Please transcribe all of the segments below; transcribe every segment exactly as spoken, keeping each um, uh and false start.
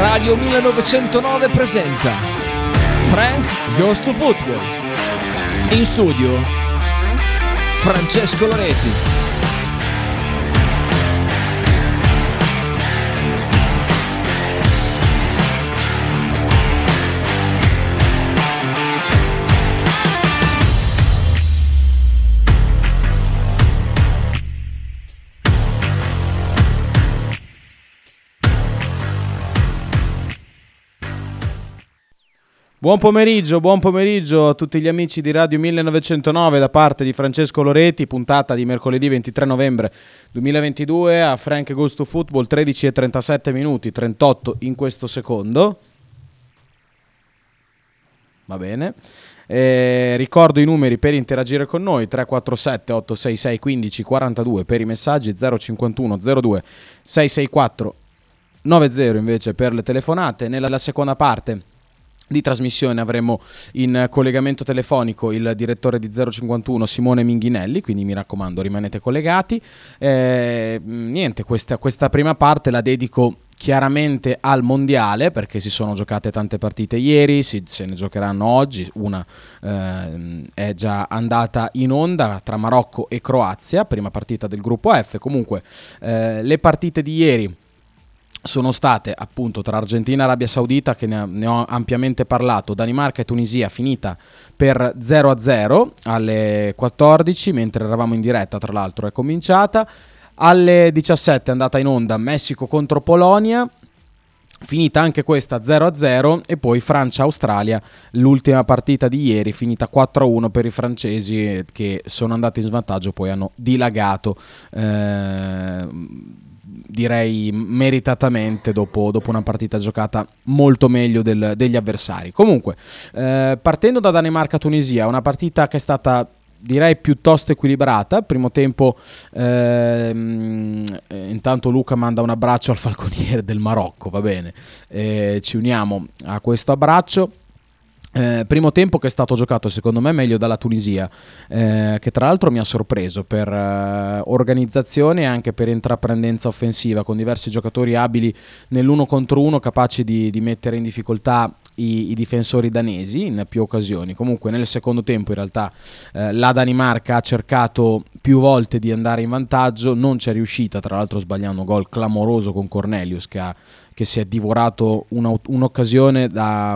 Radio millenovecentonove presenta Frank Goes to Football. In studio Francesco Loreti. Buon pomeriggio, buon pomeriggio a tutti gli amici di Radio millenovecentonove da parte di Francesco Loreti, puntata di mercoledì ventitré novembre duemilaventidue a Frank Goes to Football, tredici e trentasette minuti, trentotto in questo secondo. Va bene. Eh, ricordo i numeri per interagire con noi: tre quattro sette otto sei sei uno cinque quattro due per i messaggi, zero cinquantuno zero due sei sei quattro nove zero invece per le telefonate. Nella seconda parte di trasmissione avremo in collegamento telefonico il direttore di zero cinquantuno Simone Minghinelli, quindi mi raccomando rimanete collegati. Eh, niente, questa, questa prima parte la dedico chiaramente al mondiale, perché si sono giocate tante partite ieri, si, se ne giocheranno oggi, una eh, è già andata in onda tra Marocco e Croazia, prima partita del gruppo F. Comunque eh, le partite di ieri sono state appunto tra Argentina e Arabia Saudita, che ne, ha, ne ho ampiamente parlato, Danimarca e Tunisia finita per zero a zero alle quattordici, mentre eravamo in diretta tra l'altro è cominciata. Alle diciassette è andata in onda Messico contro Polonia, finita anche questa zero a zero, e poi Francia-Australia, l'ultima partita di ieri, finita quattro a uno per i francesi, che sono andati in svantaggio, poi hanno dilagato eh, direi meritatamente dopo, dopo una partita giocata molto meglio del, degli avversari. Comunque eh, partendo da Danimarca-Tunisia, una partita che è stata direi piuttosto equilibrata. Primo tempo ehm, eh, intanto Luca manda un abbraccio al falconiere del Marocco, va bene, eh, ci uniamo a questo abbraccio. Eh, primo tempo che è stato giocato secondo me meglio dalla Tunisia, eh, che tra l'altro mi ha sorpreso per eh, organizzazione e anche per intraprendenza offensiva, con diversi giocatori abili nell'uno contro uno, capaci di, di mettere in difficoltà i, i difensori danesi in più occasioni. Comunque nel secondo tempo in realtà eh, la Danimarca ha cercato più volte di andare in vantaggio, non c'è riuscita, tra l'altro sbagliando un gol clamoroso con Cornelius che, ha, che si è divorato una, un'occasione da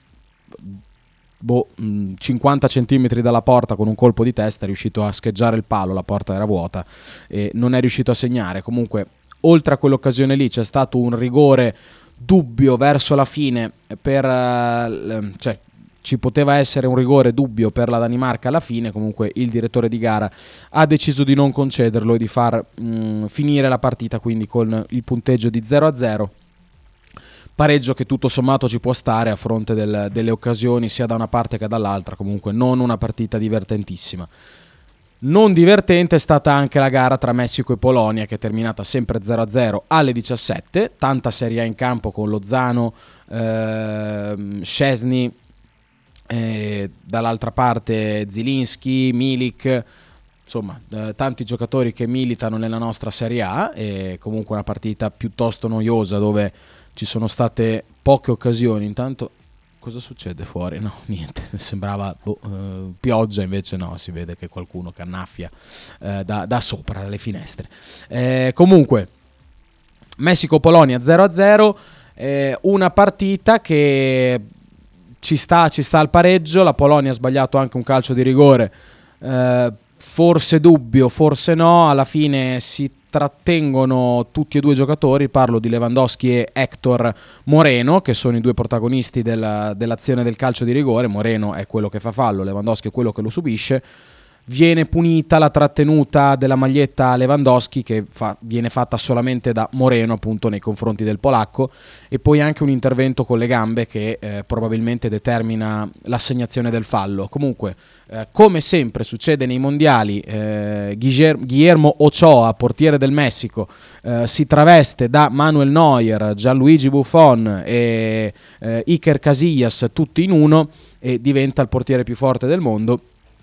Boh, cinquanta centimetri dalla porta con un colpo di testa, è riuscito a scheggiare il palo, la porta era vuota e non è riuscito a segnare. Comunque oltre a quell'occasione lì c'è stato un rigore dubbio verso la fine per, cioè ci poteva essere un rigore dubbio per la Danimarca alla fine. Comunque il direttore di gara ha deciso di non concederlo e di far mh, finire la partita quindi con il punteggio di zero a zero. Pareggio che tutto sommato ci può stare a fronte del, delle occasioni sia da una parte che dall'altra. Comunque non una partita divertentissima. Non divertente è stata anche la gara tra Messico e Polonia, che è terminata sempre zero a zero alle diciassette. Tanta Serie A in campo con Lozano, ehm, Szczesny, eh, dall'altra parte Zilinski, Milik. Insomma, eh, tanti giocatori che militano nella nostra Serie A, e comunque una partita piuttosto noiosa dove ci sono state poche occasioni. Intanto cosa succede fuori? No, niente, sembrava boh, eh, pioggia, invece no, si vede che qualcuno cannaffia eh, da, da sopra dalle finestre. Eh, comunque Messico-Polonia zero a zero, eh, una partita che ci sta, ci sta al pareggio. La Polonia ha sbagliato anche un calcio di rigore, eh, forse dubbio, forse no, alla fine si trattengono tutti e due i giocatori, parlo di Lewandowski e Héctor Moreno, che sono i due protagonisti della, dell'azione del calcio di rigore. Moreno è quello che fa fallo, Lewandowski è quello che lo subisce. Viene punita la trattenuta della maglietta Lewandowski, che fa, viene fatta solamente da Moreno appunto nei confronti del polacco, e poi anche un intervento con le gambe che eh, probabilmente determina l'assegnazione del fallo. Comunque eh, come sempre succede nei mondiali, eh, Guillermo Ochoa, portiere del Messico, eh, si traveste da Manuel Neuer, Gianluigi Buffon e eh, Iker Casillas tutti in uno, e diventa il portiere più forte del mondo.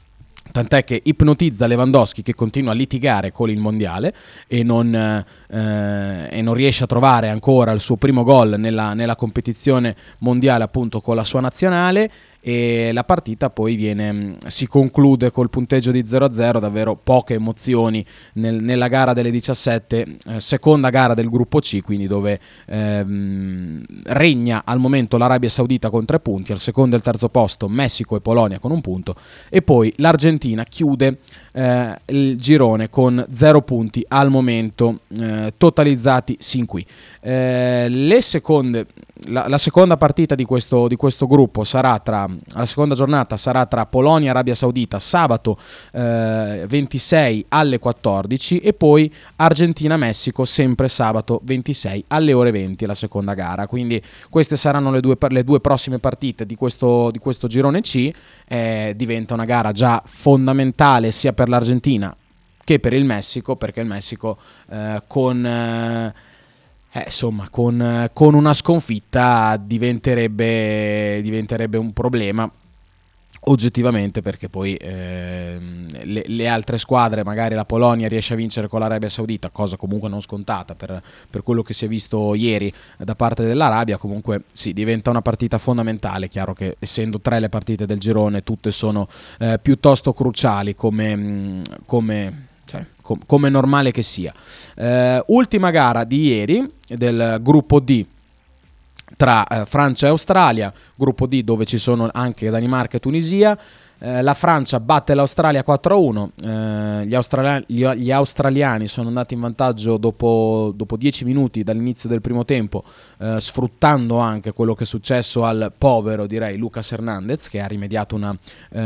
tant'è che ipnotizza Lewandowski, che continua a litigare con il mondiale e non, eh, e non riesce a trovare ancora il suo primo gol nella, nella competizione mondiale, appunto con la sua nazionale. E la partita poi viene, si conclude col punteggio di zero a zero, davvero poche emozioni nel, nella gara delle diciassette, eh, seconda gara del gruppo C, quindi dove ehm, regna al momento l'Arabia Saudita con tre punti, al secondo e al terzo posto Messico e Polonia con un punto, e poi l'Argentina chiude eh, il girone con zero punti al momento, eh, totalizzati sin qui. Eh, le seconde, la, la seconda partita di questo, di questo gruppo sarà tra la seconda giornata sarà tra Polonia e Arabia Saudita sabato eh, ventisei alle quattordici, e poi Argentina-Messico sempre sabato ventisei alle ore venti la seconda gara. Quindi queste saranno le due, le due prossime partite di questo, di questo girone C. Eh, diventa una gara già fondamentale sia per l'Argentina che per il Messico, perché il Messico eh, con... Eh, Eh, insomma, con, con una sconfitta diventerebbe, diventerebbe un problema oggettivamente, perché poi eh, le, le altre squadre, magari la Polonia riesce a vincere con l'Arabia Saudita, cosa comunque non scontata per, per quello che si è visto ieri da parte dell'Arabia. Comunque sì, diventa una partita fondamentale. Chiaro che essendo tre le partite del girone, tutte sono eh, piuttosto cruciali, come... come Cioè, com- come normale che sia. Eh, ultima gara di ieri del gruppo D tra eh, Francia e Australia, gruppo D dove ci sono anche Danimarca e Tunisia. Eh, la Francia batte l'Australia quattro a uno. Eh, gli, australiani, gli, gli australiani sono andati in vantaggio dopo, dopo dieci minuti dall'inizio del primo tempo, eh, sfruttando anche quello che è successo al povero, direi, Lucas Hernandez, che ha rimediato, una, eh,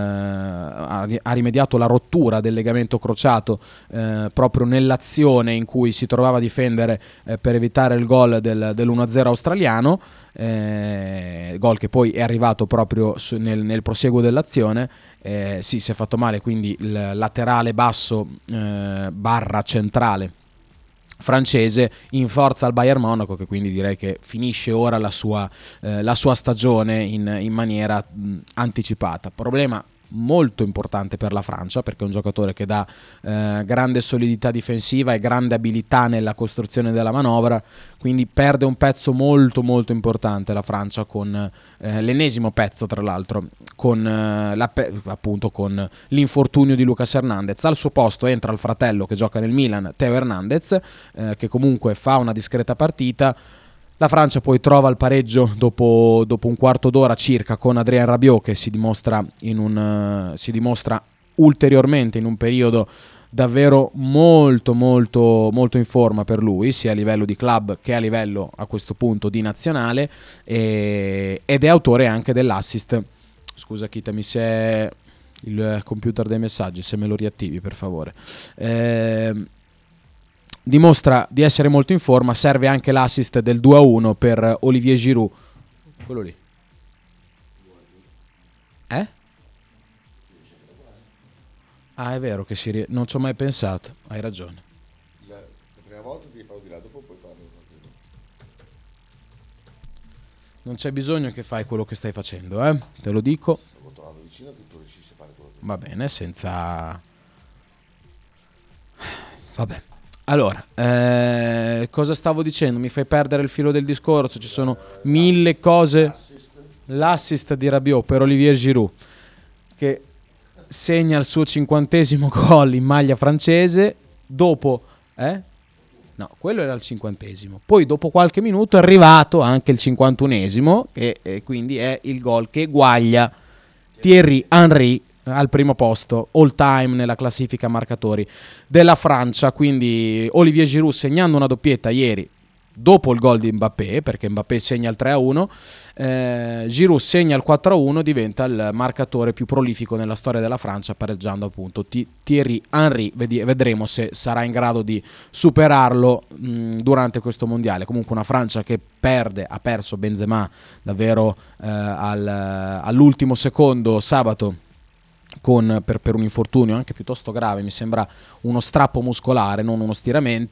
ha rimediato la rottura del legamento crociato eh, proprio nell'azione in cui si trovava a difendere eh, per evitare il gol del, dell'uno a zero australiano. Eh, gol che poi è arrivato proprio su, nel, nel proseguo dell'azione. Eh, sì, si è fatto male, quindi il laterale basso eh, barra centrale francese in forza al Bayern Monaco, che quindi direi che finisce ora la sua, eh, la sua stagione in, in maniera mh, anticipata. Problema molto importante per la Francia, perché è un giocatore che dà eh, grande solidità difensiva e grande abilità nella costruzione della manovra, quindi perde un pezzo molto molto importante la Francia, con eh, l'ennesimo pezzo tra l'altro, con, eh, la pe- appunto con l'infortunio di Lucas Hernandez. Al suo posto entra il fratello che gioca nel Milan, Theo Hernandez, eh, che comunque fa una discreta partita. La Francia poi trova il pareggio dopo, dopo un quarto d'ora circa con Adrien Rabiot, che si dimostra, in un, uh, si dimostra ulteriormente in un periodo davvero molto molto molto in forma per lui, sia a livello di club che a livello a questo punto di nazionale, e, ed è autore anche dell'assist. Scusa Kita, mi se il computer dei messaggi, se me lo riattivi per favore. Eh, dimostra di essere molto in forma. Serve anche l'assist del due a uno per Olivier Giroud, quello lì. Eh? Ah, è vero che si rie- non ci ho mai pensato, hai ragione. La, la prima volta ti parlo di là, dopo poi parlo. Non c'è bisogno che fai quello che stai facendo, eh? Te lo dico. Stavo tornando vicino che tu riuscissi a fare quello che... Va bene, senza... Vabbè. Allora, eh, cosa stavo dicendo? Mi fai perdere il filo del discorso. Ci sono mille cose. L'assist di Rabiot per Olivier Giroud, che segna il suo cinquantesimo gol in maglia francese. Dopo, eh? No, quello era il cinquantesimo. Poi dopo qualche minuto è arrivato anche il cinquantunesimo, che eh, quindi è il gol che eguaglia Thierry Henry al primo posto all time nella classifica marcatori della Francia. Quindi Olivier Giroud segnando una doppietta ieri dopo il gol di Mbappé, perché Mbappé segna il tre a uno, eh, Giroud segna il quattro a uno, diventa il marcatore più prolifico nella storia della Francia, pareggiando appunto T- Thierry Henry. Vedi- vedremo se sarà in grado di superarlo mh, durante questo mondiale. Comunque una Francia che perde, ha perso Benzema davvero eh, al, all'ultimo secondo sabato, con, per, per un infortunio anche piuttosto grave, mi sembra uno strappo muscolare, non uno stiramento.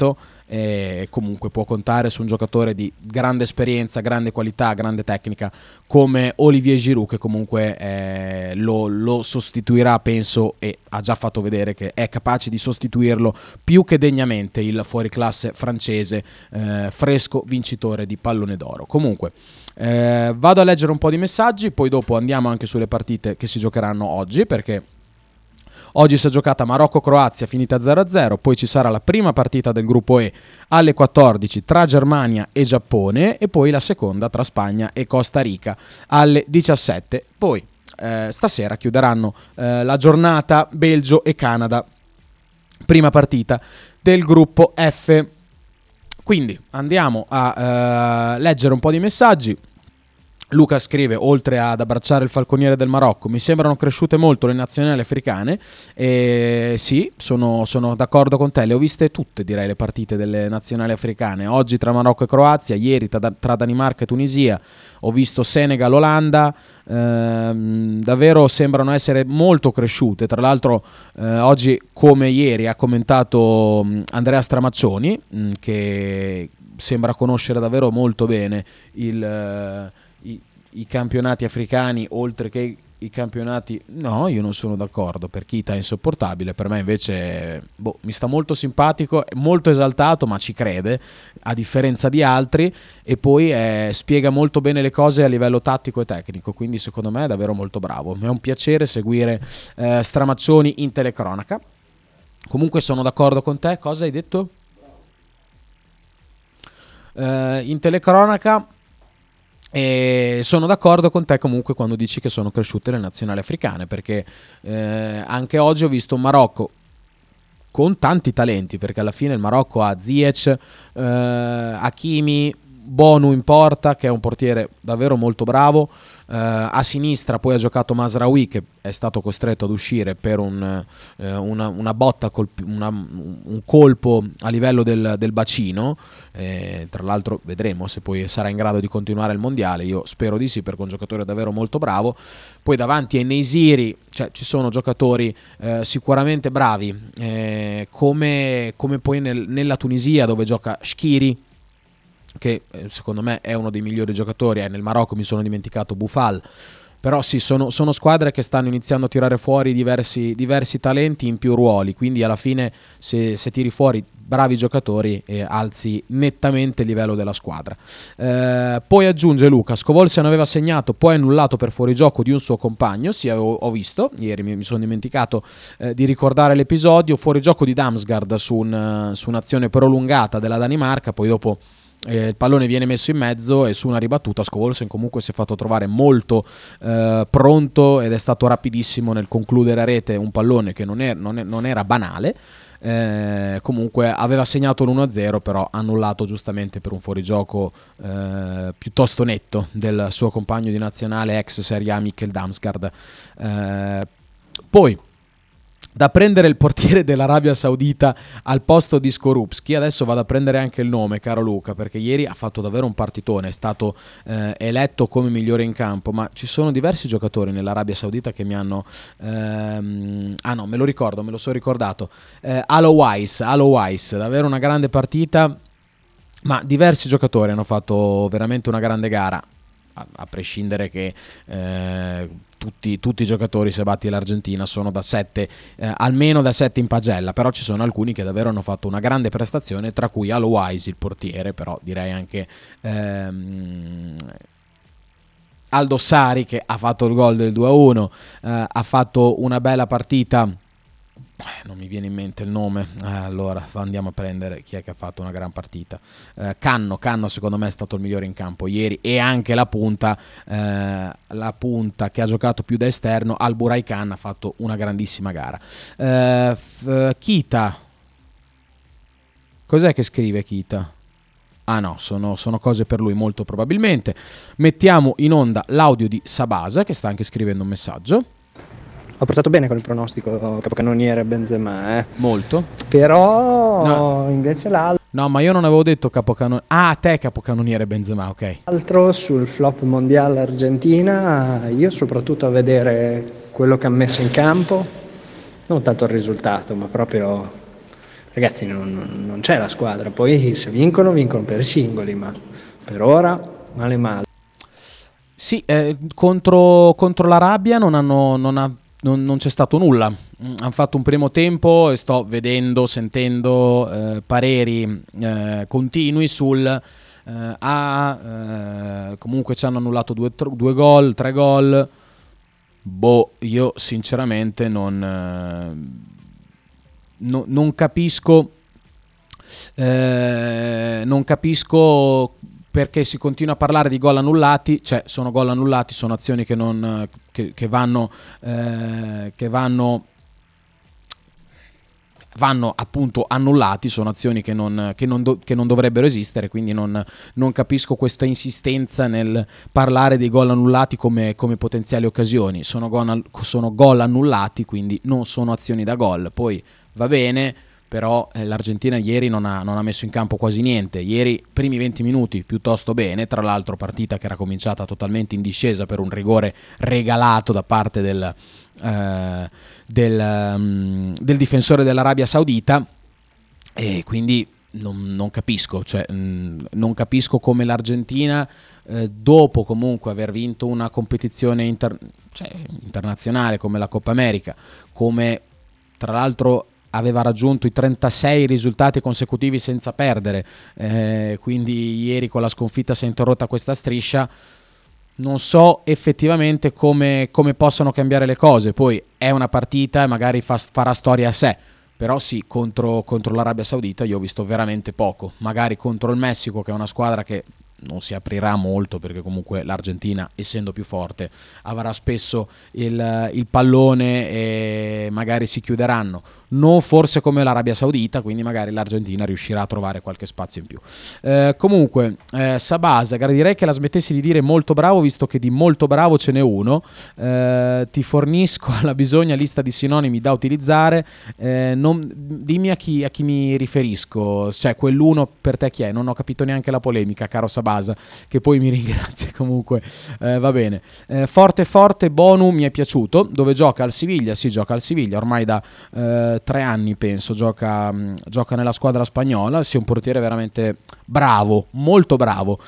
e comunque può contare su un giocatore di grande esperienza, grande qualità, grande tecnica come Olivier Giroud, che comunque eh, lo, lo sostituirà, penso, e ha già fatto vedere che è capace di sostituirlo più che degnamente il fuoriclasse francese, eh, fresco vincitore di pallone d'oro. Comunque eh, vado a leggere un po' di messaggi, poi dopo andiamo anche sulle partite che si giocheranno oggi, perché oggi si è giocata Marocco-Croazia finita zero a zero, poi ci sarà la prima partita del gruppo E alle quattordici tra Germania e Giappone, e poi la seconda tra Spagna e Costa Rica alle diciassette. Poi eh, stasera chiuderanno eh, la giornata Belgio e Canada, prima partita del gruppo F. Quindi andiamo a eh, leggere un po' di messaggi. Luca scrive: oltre ad abbracciare il falconiere del Marocco, mi sembrano cresciute molto le nazionali africane. E sì, sono, sono d'accordo con te, le ho viste tutte, direi, le partite delle nazionali africane. Oggi tra Marocco e Croazia, ieri tra, tra Danimarca e Tunisia, ho visto Senegal, Olanda. Ehm, davvero sembrano essere molto cresciute. Tra l'altro eh, oggi come ieri ha commentato mh, Andrea Stramaccioni, mh, che sembra conoscere davvero molto bene il... Uh, I, i campionati africani oltre che i, i campionati. No, io non sono d'accordo. Per Kita è insopportabile, per me invece boh, mi sta molto simpatico, è molto esaltato, ma ci crede a differenza di altri, e poi eh, spiega molto bene le cose a livello tattico e tecnico, quindi secondo me è davvero molto bravo. È un piacere seguire eh, Stramaccioni in telecronaca. Comunque sono d'accordo con te. Cosa hai detto? Eh, in telecronaca. E sono d'accordo con te comunque quando dici che sono cresciute le nazionali africane, perché eh, anche oggi ho visto un Marocco con tanti talenti, perché alla fine il Marocco ha Ziyech, eh, Hakimi, Bonu in porta, che è un portiere davvero molto bravo. Uh, a sinistra poi ha giocato Masraoui, che è stato costretto ad uscire per un, uh, una, una botta, colpi, una, un colpo a livello del, del bacino. Eh, tra l'altro vedremo se poi sarà in grado di continuare il mondiale. Io spero di sì, perché è un giocatore davvero molto bravo. Poi davanti ai Neysiri, cioè, ci sono giocatori eh, sicuramente bravi, eh, come, come poi nel, nella Tunisia, dove gioca Shqiri, che secondo me è uno dei migliori giocatori. Eh, nel Marocco mi sono dimenticato Boufal. Però sì, sono, sono squadre che stanno iniziando a tirare fuori diversi, diversi talenti in più ruoli, quindi alla fine se, se tiri fuori bravi giocatori eh, alzi nettamente il livello della squadra. Eh, poi aggiunge Luca: Scovolsi non aveva segnato, poi annullato per fuorigioco di un suo compagno. Sì, ho, ho visto, ieri mi, mi sono dimenticato eh, di ricordare l'episodio, fuorigioco di Damsgaard su, un, su un'azione prolungata della Danimarca, poi dopo Eh, il pallone viene messo in mezzo e su una ribattuta Scovolsen comunque si è fatto trovare molto eh, pronto ed è stato rapidissimo nel concludere a rete un pallone che non, è, non, è, non era banale. Eh, comunque aveva segnato l'uno a zero, però annullato giustamente per un fuorigioco eh, piuttosto netto del suo compagno di nazionale ex Serie A Mikkel Damsgaard. Eh, poi da prendere il portiere dell'Arabia Saudita al posto di Skorupski. Adesso vado a prendere anche il nome, caro Luca, perché ieri ha fatto davvero un partitone, è stato eh, eletto come migliore in campo, ma ci sono diversi giocatori nell'Arabia Saudita che mi hanno ehm, ah no, me lo ricordo, me lo sono ricordato, eh, Alo Weiss, Alo Weiss, davvero una grande partita, ma diversi giocatori hanno fatto veramente una grande gara, a, a prescindere che eh, Tutti, tutti i giocatori, se batti l'Argentina, sono da sette, eh, almeno da sette in pagella, però ci sono alcuni che davvero hanno fatto una grande prestazione, tra cui Alo Weiss, il portiere, però direi anche ehm, Aldo Sari, che ha fatto il gol del due a uno, eh, ha fatto una bella partita. Eh, non mi viene in mente il nome, eh, allora andiamo a prendere chi è che ha fatto una gran partita. eh, Canno, Canno secondo me è stato il migliore in campo ieri, e anche la punta eh, la punta che ha giocato più da esterno, Al Buray Khan, ha fatto una grandissima gara. eh, f- Kita, cos'è che scrive Kita? Ah no, sono, sono cose per lui molto probabilmente. Mettiamo in onda l'audio di Sabasa, che sta anche scrivendo un messaggio. Ho portato bene con il pronostico capocannoniere Benzema, eh. Molto. Però no. invece l'altro No, ma io non avevo detto capocannoniere. Ah, te capocannoniere Benzema, ok. L'altro sul flop mondiale Argentina, io soprattutto a vedere quello che ha messo in campo, non tanto il risultato, ma proprio ragazzi non, non c'è la squadra, poi se vincono vincono per singoli, ma per ora male male. Sì, eh, contro, contro l'Arabia non, hanno, non, ha, non, non c'è stato nulla. Mm, hanno fatto un primo tempo e sto vedendo, sentendo eh, pareri eh, continui sul eh, ah, eh, comunque ci hanno annullato due, due gol, tre gol. Boh, io sinceramente non, eh, no, non capisco eh, non capisco perché si continua a parlare di gol annullati. Cioè, sono gol annullati, sono azioni che non che, che vanno eh, che vanno vanno appunto annullati, sono azioni che non, che non, do, che non dovrebbero esistere, quindi non, non capisco questa insistenza nel parlare dei gol annullati come, come potenziali occasioni. Sono gol, sono gol annullati, quindi non sono azioni da gol. Poi va bene, però eh, l'Argentina ieri non ha, non ha messo in campo quasi niente. Ieri primi venti minuti piuttosto bene, tra l'altro partita che era cominciata totalmente in discesa per un rigore regalato da parte del, eh, del, um, del difensore dell'Arabia Saudita, e quindi non, non capisco, cioè, mh, non capisco come l'Argentina eh, dopo comunque aver vinto una competizione inter- cioè, internazionale come la Coppa America, come tra l'altro aveva raggiunto i trentasei risultati consecutivi senza perdere, eh, quindi ieri con la sconfitta si è interrotta questa striscia. Non so effettivamente come, come possano cambiare le cose. Poi è una partita e magari fa, farà storia a sé, però sì, contro, contro l'Arabia Saudita io ho visto veramente poco. Magari contro il Messico, che è una squadra che non si aprirà molto, perché comunque l'Argentina, essendo più forte, avrà spesso il, il pallone e magari si chiuderanno. Non forse come l'Arabia Saudita, quindi magari l'Argentina riuscirà a trovare qualche spazio in più. Eh, comunque, eh, Sabasa, direi che la smettessi di dire molto bravo, visto che di molto bravo ce n'è uno. Eh, ti fornisco la bisogna lista di sinonimi da utilizzare. Eh, non, dimmi a chi, a chi mi riferisco, cioè quell'uno per te chi è? Non ho capito neanche la polemica, caro Sabasa, che poi mi ringrazia comunque. Eh, va bene. Eh, forte forte, Bonu mi è piaciuto. Dove gioca? Al Siviglia? Si gioca al Siviglia ormai da eh, tre anni penso, gioca, mh, gioca nella squadra spagnola. Sì, un portiere veramente bravo, molto bravo,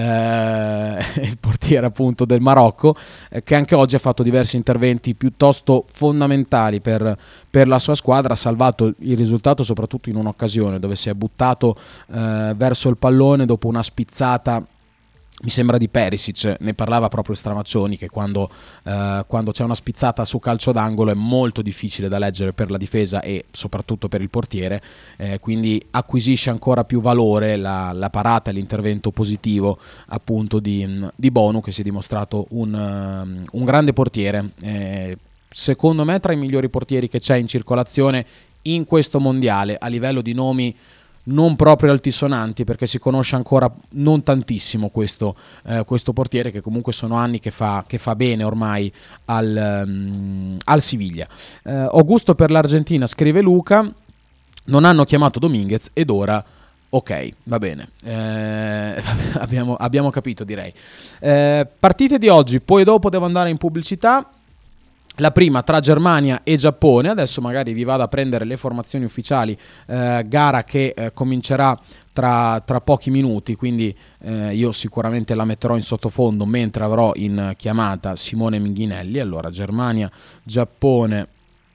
eh, il portiere appunto del Marocco, eh, che anche oggi ha fatto diversi interventi piuttosto fondamentali per, per la sua squadra. Ha salvato il risultato soprattutto in un'occasione dove si è buttato eh, verso il pallone dopo una spizzata, mi sembra di Perisic, ne parlava proprio Stramaccioni, che quando, eh, quando c'è una spizzata su calcio d'angolo è molto difficile da leggere per la difesa e soprattutto per il portiere, eh, quindi acquisisce ancora più valore la, la parata e l'intervento positivo appunto di, di Bonu, che si è dimostrato un, um, un grande portiere, eh, secondo me tra i migliori portieri che c'è in circolazione in questo mondiale, a livello di nomi non proprio altisonanti, perché si conosce ancora non tantissimo questo, eh, questo portiere, che comunque sono anni che fa, che fa bene ormai al, um, al Siviglia. Eh, ho gusto per l'Argentina, scrive Luca, non hanno chiamato Dominguez ed ora ok, va bene, eh, abbiamo, abbiamo capito direi. Eh, partite di oggi, poi dopo devo andare in pubblicità. La prima tra Germania e Giappone, adesso magari vi vado a prendere le formazioni ufficiali, eh, gara che eh, comincerà tra, tra pochi minuti, quindi eh, io sicuramente la metterò in sottofondo mentre avrò in chiamata Simone Minghinelli. Allora, Germania, Giappone,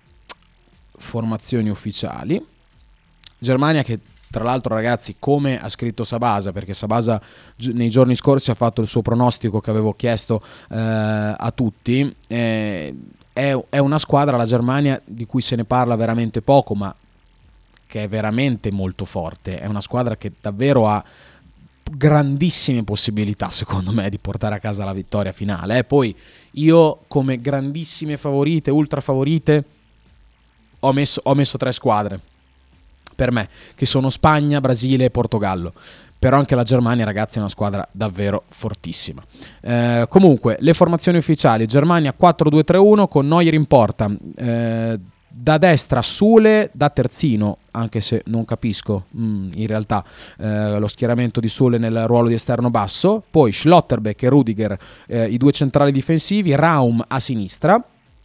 formazioni ufficiali. Germania che tra l'altro, ragazzi, come ha scritto Sabasa, perché Sabasa gi- nei giorni scorsi ha fatto il suo pronostico che avevo chiesto eh, a tutti, eh, è, è una squadra, la Germania, di cui se ne parla veramente poco, ma che è veramente molto forte. È una squadra che davvero ha grandissime possibilità, secondo me, di portare a casa la vittoria finale. Eh, poi io, come grandissime favorite, ultra favorite, ho messo, ho messo tre squadre per me, che sono Spagna, Brasile e Portogallo. Però anche la Germania, ragazzi, è una squadra davvero fortissima. Eh, comunque, le formazioni ufficiali: Germania quattro due tre uno con Neuer in porta, eh, da destra Sule, da terzino, anche se non capisco mm, in realtà eh, lo schieramento di Sule nel ruolo di esterno basso. Poi Schlotterbeck e Rudiger, eh, i due centrali difensivi, Raum a sinistra,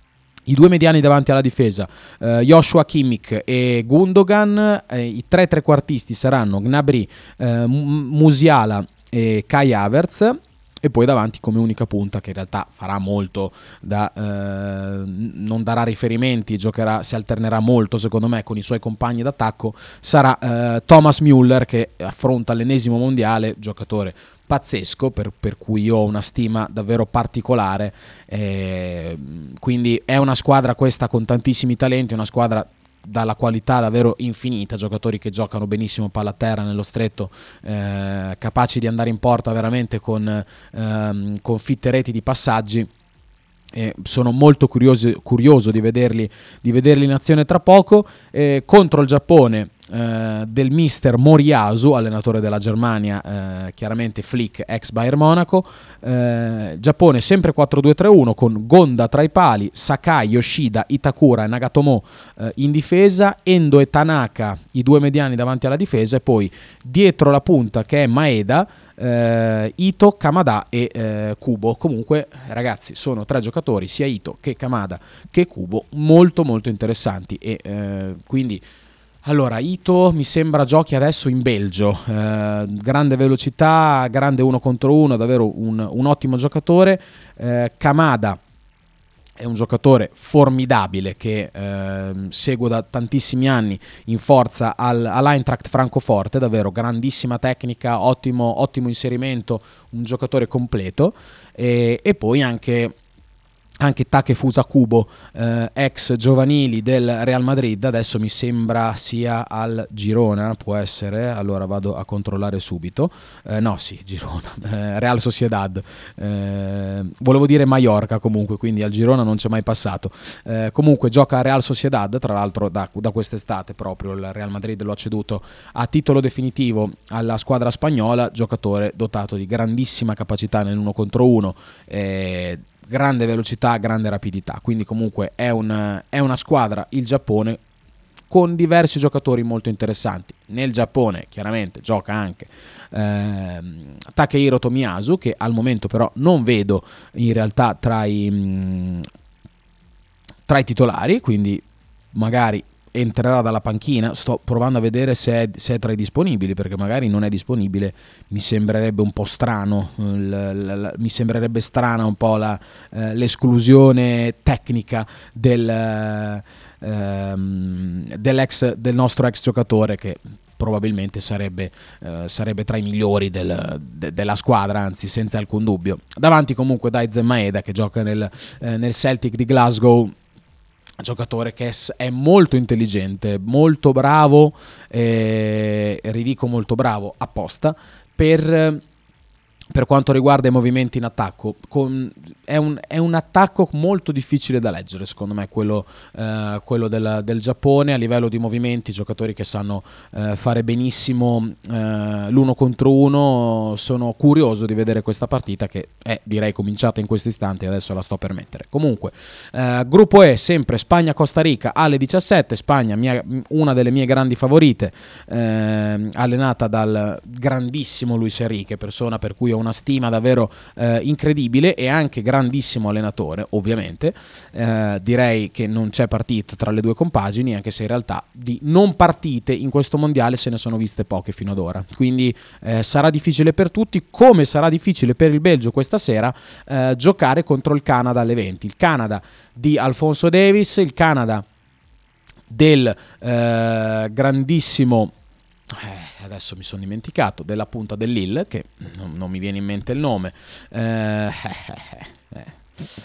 I due mediani davanti alla difesa, eh, Joshua Kimmich e Gundogan, eh, i tre trequartisti saranno Gnabry, eh, Musiala e Kai Havertz, e poi davanti come unica punta, che in realtà farà molto da, eh, non darà riferimenti, giocherà, si alternerà molto secondo me con i suoi compagni d'attacco, sarà eh, Thomas Müller, che affronta l'ennesimo mondiale, giocatore pazzesco per, per cui io ho una stima davvero particolare, eh, quindi è una squadra questa con tantissimi talenti, una squadra dalla qualità davvero infinita, giocatori che giocano benissimo palla a terra nello stretto, eh, capaci di andare in porta veramente con, ehm, con fitte reti di passaggi. Eh, sono molto curioso, curioso di vederli, di vederli in azione tra poco. Eh, contro il Giappone eh, del mister Moriyasu, allenatore della Germania, eh, chiaramente Flick, ex Bayern Monaco. eh, Giappone sempre quattro due tre uno con Gonda tra i pali, Sakai, Yoshida, Itakura e Nagatomo eh, in difesa, Endo e Tanaka i due mediani davanti alla difesa, e poi dietro la punta, che è Maeda, Uh, Ito, Kamada e uh, Kubo. Comunque ragazzi, sono tre giocatori, sia Ito che Kamada che Kubo, molto molto interessanti, e uh, quindi allora Ito mi sembra giochi adesso in Belgio, uh, grande velocità, grande uno contro uno, davvero un, un ottimo giocatore. uh, Kamada è un giocatore formidabile che eh, seguo da tantissimi anni in forza al, all'Eintracht Francoforte, davvero grandissima tecnica, ottimo, ottimo inserimento, un giocatore completo, e, e poi anche anche Takefusa Kubo, eh, ex giovanili del Real Madrid, adesso mi sembra sia al Girona, può essere, allora vado a controllare subito, eh, no sì, Girona, eh, Real Sociedad, eh, volevo dire Mallorca comunque, quindi al Girona non c'è mai passato, eh, comunque gioca a Real Sociedad, tra l'altro da, da quest'estate proprio il Real Madrid lo ha ceduto a titolo definitivo alla squadra spagnola, giocatore dotato di grandissima capacità nell'uno contro uno, eh, grande velocità, grande rapidità, quindi comunque è, un, è una squadra, il Giappone, con diversi giocatori molto interessanti. Nel Giappone chiaramente gioca anche eh, Takehiro Tomiyasu, che al momento però non vedo in realtà tra i, mh, tra i titolari, quindi magari entrerà dalla panchina. Sto provando a vedere se è, se è tra i disponibili, perché magari non è disponibile, mi sembrerebbe un po' strano, l, l, l, mi sembrerebbe strana un po' la, eh, l'esclusione tecnica del, ehm, dell'ex, del nostro ex giocatore, che probabilmente sarebbe, eh, sarebbe tra i migliori del, de, della squadra, anzi senza alcun dubbio. Davanti comunque Daizen Maeda, che gioca nel, eh, nel Celtic di Glasgow, giocatore che è molto intelligente, molto bravo, eh, ridico molto bravo apposta, per, per quanto riguarda i movimenti in attacco. Con, è, un, è un attacco molto difficile da leggere, secondo me, quello, eh, quello del, del Giappone, a livello di movimenti, giocatori che sanno eh, fare benissimo eh, l'uno contro uno. Sono curioso di vedere questa partita, che è direi cominciata in questo istante, adesso la sto per mettere. Comunque, eh, gruppo E, sempre Spagna-Costa Rica alle diciassette, Spagna mia, una delle mie grandi favorite, eh, allenata dal grandissimo Luis Enrique, persona per cui ho una stima davvero eh, incredibile, e anche grandissimo allenatore, ovviamente. Eh, direi che non c'è partita tra le due compagini, anche se in realtà di non partite in questo mondiale se ne sono viste poche fino ad ora, quindi eh, sarà difficile per tutti, come sarà difficile per il Belgio questa sera eh, giocare contro il Canada alle venti, il Canada di Alphonso Davies, il Canada del eh, grandissimo eh, adesso mi sono dimenticato, della punta del Lille, che non, non mi viene in mente il nome. Eh, eh, eh.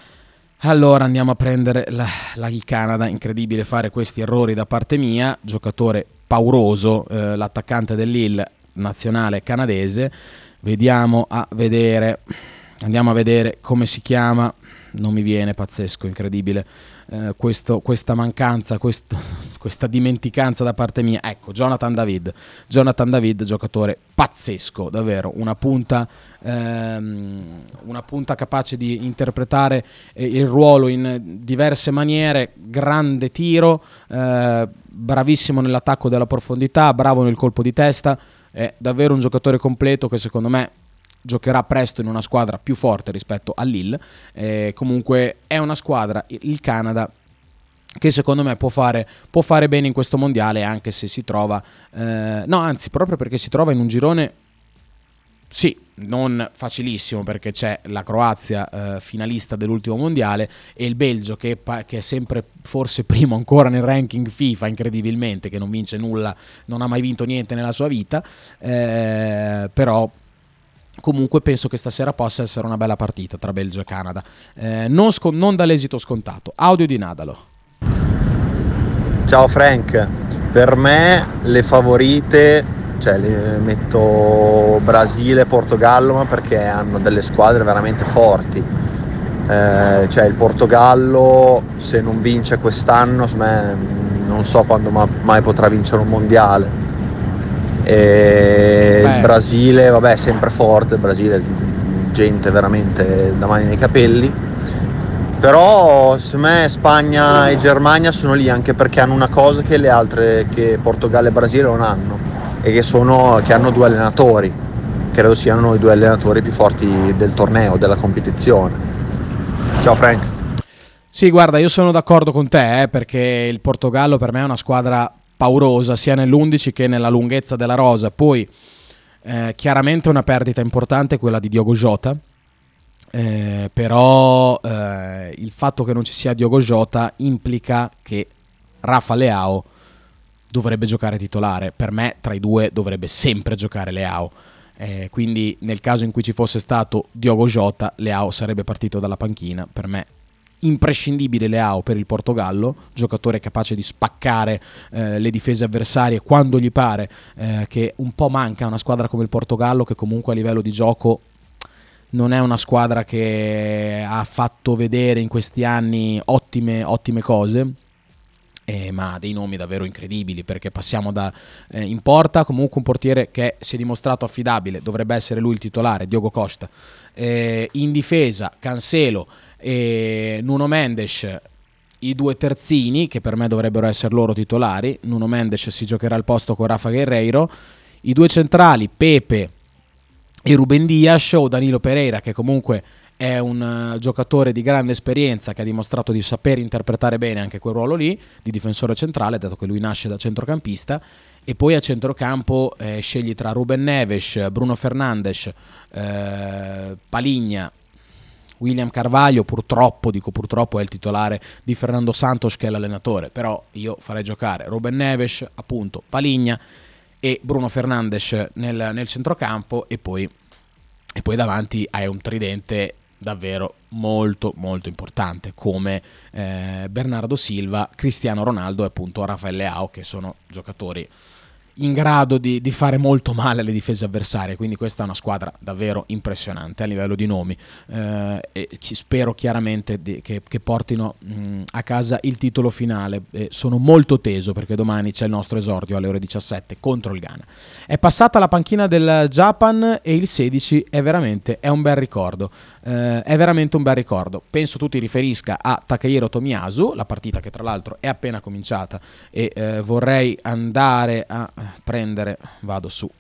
Allora andiamo a prendere la, la, il Canada. Incredibile fare questi errori da parte mia. Giocatore pauroso, eh, l'attaccante del Lille, nazionale canadese. Vediamo a vedere, andiamo a vedere come si chiama. Non mi viene, pazzesco, incredibile, eh, questo, questa mancanza, questo, questa dimenticanza da parte mia. Ecco, Jonathan David, Jonathan David, giocatore pazzesco, davvero, una punta, ehm, una punta capace di interpretare eh, il ruolo in diverse maniere, grande tiro, eh, bravissimo nell'attacco della profondità, bravo nel colpo di testa, è davvero un giocatore completo che secondo me giocherà presto in una squadra più forte rispetto al Lille. Eh, comunque è una squadra, il Canada, che secondo me può fare, può fare bene in questo mondiale, anche se si trova eh, no anzi proprio perché si trova in un girone sì, non facilissimo, perché c'è la Croazia eh, finalista dell'ultimo mondiale e il Belgio che, pa- che è sempre forse primo ancora nel ranking FIFA, incredibilmente, che non vince nulla, non ha mai vinto niente nella sua vita, eh, però comunque penso che stasera possa essere una bella partita tra Belgio e Canada, eh, non, scon- non dall'esito scontato. Audio di Nadalo. Ciao Frank, per me le favorite, cioè le metto Brasile e Portogallo, ma perché hanno delle squadre veramente forti, eh, cioè il Portogallo se non vince quest'anno, me, non so quando ma- mai potrà vincere un mondiale, e Beh. il Brasile vabbè è sempre forte, il Brasile gente veramente da mani nei capelli. Però secondo me Spagna e Germania sono lì anche perché hanno una cosa che le altre, che Portogallo e Brasile non hanno, e che sono che hanno due allenatori, credo siano i due allenatori più forti del torneo, della competizione. Ciao Frank. Sì, guarda, io sono d'accordo con te, eh, perché il Portogallo per me è una squadra paurosa sia nell'undici che nella lunghezza della rosa. Poi eh, chiaramente una perdita importante è quella di Diogo Jota. Eh, però eh, il fatto che non ci sia Diogo Jota implica che Rafa Leao dovrebbe giocare titolare. Per me tra i due dovrebbe sempre giocare Leao, eh, quindi nel caso in cui ci fosse stato Diogo Jota, Leao sarebbe partito dalla panchina. Per me imprescindibile Leao per il Portogallo, giocatore capace di spaccare eh, le difese avversarie quando gli pare, eh, che un po' manca a una squadra come il Portogallo, che comunque a livello di gioco non è una squadra che ha fatto vedere in questi anni ottime, ottime cose, eh, ma ha dei nomi davvero incredibili, perché passiamo da eh, in porta comunque un portiere che si è dimostrato affidabile, dovrebbe essere lui il titolare, Diogo Costa, eh, in difesa Cancelo e Nuno Mendes, i due terzini che per me dovrebbero essere loro titolari. Nuno Mendes si giocherà al posto con Rafa Guerreiro, i due centrali Pepe e Ruben Dias, o Danilo Pereira, che comunque è un uh, giocatore di grande esperienza, che ha dimostrato di saper interpretare bene anche quel ruolo lì di difensore centrale, dato che lui nasce da centrocampista. E poi a centrocampo eh, scegli tra Ruben Neves, Bruno Fernandes, eh, Paligna, William Carvalho. Purtroppo, dico purtroppo, è il titolare di Fernando Santos, che è l'allenatore, però io farei giocare Ruben Neves, appunto Paligna e Bruno Fernandes nel, nel centrocampo, e poi, e poi davanti hai un tridente davvero molto molto importante come eh, Bernardo Silva, Cristiano Ronaldo e appunto Rafael Leao, che sono giocatori in grado di, di fare molto male alle difese avversarie. Quindi questa è una squadra davvero impressionante a livello di nomi, eh, e ci spero chiaramente di, che, che portino mh, a casa il titolo finale. Eh, sono molto teso perché domani c'è il nostro esordio alle ore diciassette contro il Ghana. È passata la panchina del Japan e il sedici è veramente è un bel ricordo, eh, è veramente un bel ricordo. Penso tu ti riferisca a Takehiro Tomiyasu, la partita che tra l'altro è appena cominciata, e eh, vorrei andare a prendere, vado su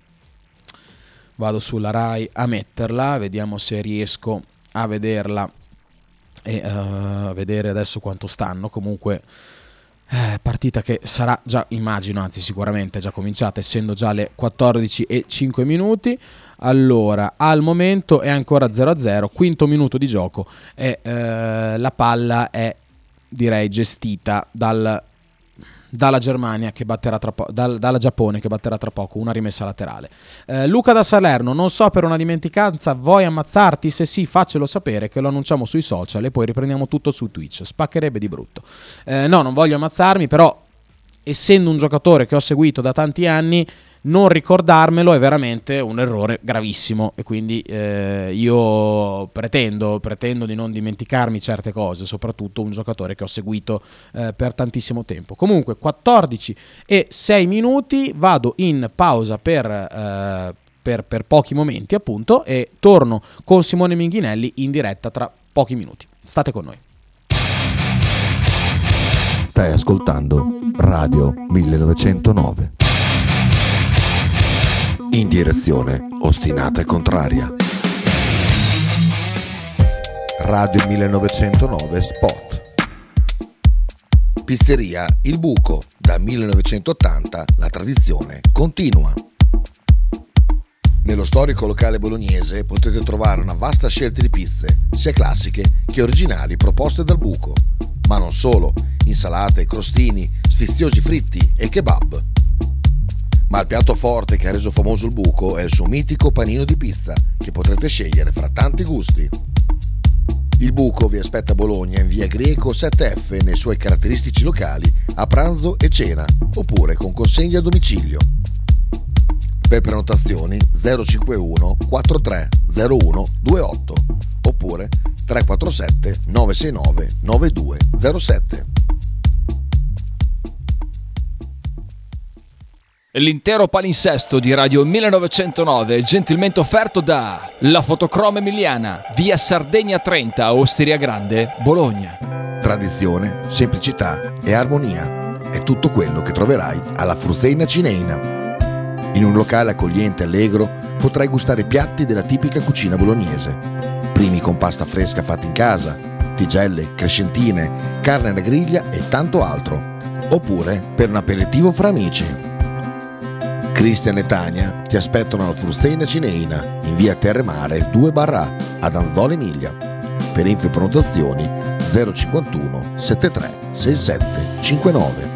vado sulla Rai a metterla, vediamo se riesco a vederla e uh, a vedere adesso quanto stanno. Comunque eh, partita che sarà già, immagino, anzi sicuramente è già cominciata, essendo già le quattordici e cinque minuti. Allora, al momento è ancora zero a zero, quinto minuto di gioco, e eh, la palla è, direi, gestita dal dalla Germania che batterà tra po- dal, dalla Giappone che batterà tra poco una rimessa laterale. eh, Luca da Salerno: non so per una dimenticanza, vuoi ammazzarti? Se sì, faccelo sapere che lo annunciamo sui social e poi riprendiamo tutto su Twitch, spaccherebbe di brutto. eh, no, non voglio ammazzarmi, però essendo un giocatore che ho seguito da tanti anni, non ricordarmelo è veramente un errore gravissimo, e quindi eh, io pretendo, pretendo di non dimenticarmi certe cose, soprattutto un giocatore che ho seguito eh, per tantissimo tempo. Comunque quattordici e sei minuti, vado in pausa per, eh, per, per pochi momenti appunto, e torno con Simone Minghinelli in diretta tra pochi minuti. State con noi. Stai ascoltando Radio millenovecentonove. In direzione ostinata e contraria. Radio millenovecentonove Spot. Pizzeria Il Buco, dal millenovecentottanta la tradizione continua. Nello storico locale bolognese potete trovare una vasta scelta di pizze, sia classiche che originali proposte dal Buco, ma non solo, insalate, crostini, sfiziosi fritti e kebab. Ma il piatto forte che ha reso famoso il Buco è il suo mitico panino di pizza, che potrete scegliere fra tanti gusti. Il Buco vi aspetta a Bologna in via Greco sette F nei suoi caratteristici locali a pranzo e cena, oppure con consegna a domicilio. Per prenotazioni zero cinquantuno quarantatré zero uno ventotto oppure tre quattro sette nove sei nove nove due zero sette. L'intero palinsesto di Radio millenovecentonove è gentilmente offerto da La Fotocroma Emiliana, via Sardegna trenta, Osteria Grande, Bologna. Tradizione, semplicità e armonia è tutto quello che troverai alla Fruzeina Cineina. In un locale accogliente e allegro potrai gustare piatti della tipica cucina bolognese. Primi con pasta fresca fatta in casa, tigelle, crescentine, carne alla griglia e tanto altro. Oppure per un aperitivo fra amici. Cristian e Tania ti aspettano alla Fruzeina Cineina in via Terremare due barra ad Anzola Emilia. Per info e prenotazioni zero cinquantuno settantatré sessantasette cinquantanove.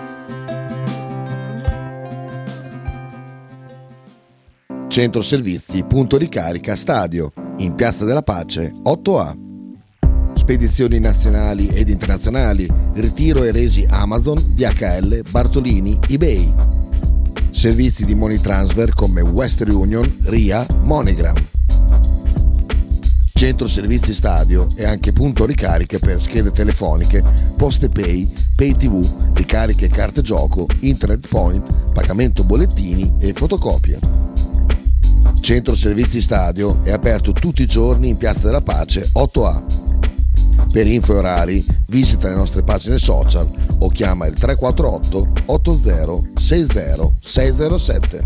Centro Servizi Punto Ricarica Stadio in Piazza della Pace otto A. Spedizioni nazionali ed internazionali, ritiro e resi Amazon, D H L, Bartolini, eBay. Servizi di money transfer come Western Union, R I A, MoneyGram. Centro Servizi Stadio e anche punto ricariche per schede telefoniche, poste pay, pay tv, ricariche carte gioco, internet point, pagamento bollettini e fotocopie. Centro Servizi Stadio è aperto tutti i giorni in Piazza della Pace otto A. Per info e orari visita le nostre pagine social o chiama il tre quattro otto otto zero sei zero sei zero sette.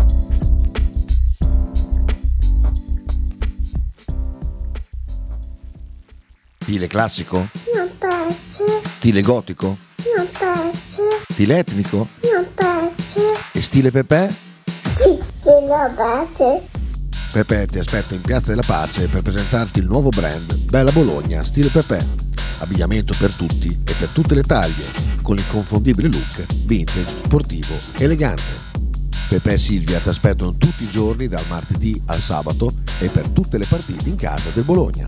Stile classico? Non piace. Stile gotico? Non piace. Stile etnico? Non piace. E stile Pepe? Sì, lo piace. Pepe ti aspetta in Piazza della Pace per presentarti il nuovo brand Bella Bologna Stile Pepe. Abbigliamento per tutti e per tutte le taglie, con l'inconfondibile look vintage, sportivo, elegante. Pepe e Silvia ti aspettano tutti i giorni dal martedì al sabato e per tutte le partite in casa del Bologna.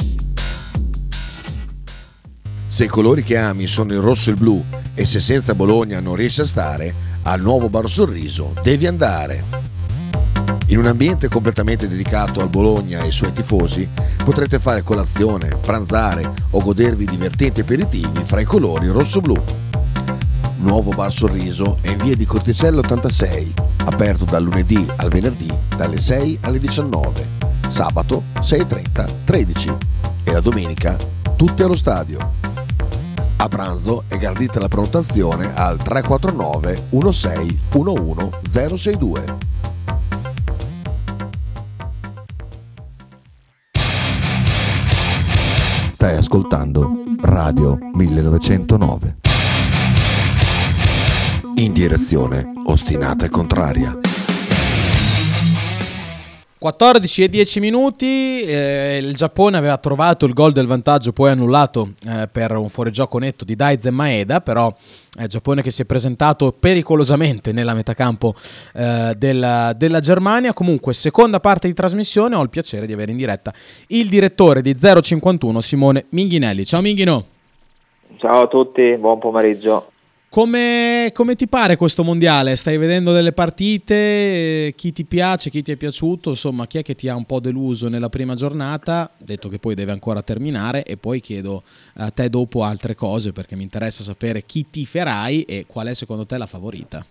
Se i colori che ami sono il rosso e il blu e se senza Bologna non riesci a stare, al nuovo Bar Sorriso devi andare. In un ambiente completamente dedicato al Bologna e ai suoi tifosi, potrete fare colazione, pranzare o godervi divertenti aperitivi fra i colori rosso-blu. Nuovo Bar Sorriso è in via di Corticello ottantasei, aperto dal lunedì al venerdì dalle sei alle diciannove, sabato sei e trenta tredici e la domenica tutti allo stadio. A pranzo è gradita la prenotazione al tre quattro nove uno sei uno uno zero sei due. Stai ascoltando Radio millenovecentonove. In direzione ostinata e contraria. quattordici e dieci minuti, eh, il Giappone aveva trovato il gol del vantaggio poi annullato eh, per un fuorigioco netto di Daizen Maeda, però è il Giappone che si è presentato pericolosamente nella metacampo eh, della, della Germania. Comunque, seconda parte di trasmissione, ho il piacere di avere in diretta il direttore di zero cinquantuno, Simone Minghinelli. Ciao Minghino. Ciao a tutti, buon pomeriggio. Come, come ti pare questo mondiale? Stai vedendo delle partite? Chi ti piace, chi ti è piaciuto? Insomma, chi è che ti ha un po' deluso nella prima giornata? Detto che poi deve ancora terminare, e poi chiedo a te dopo altre cose perché mi interessa sapere chi tiferai e qual è secondo te la favorita.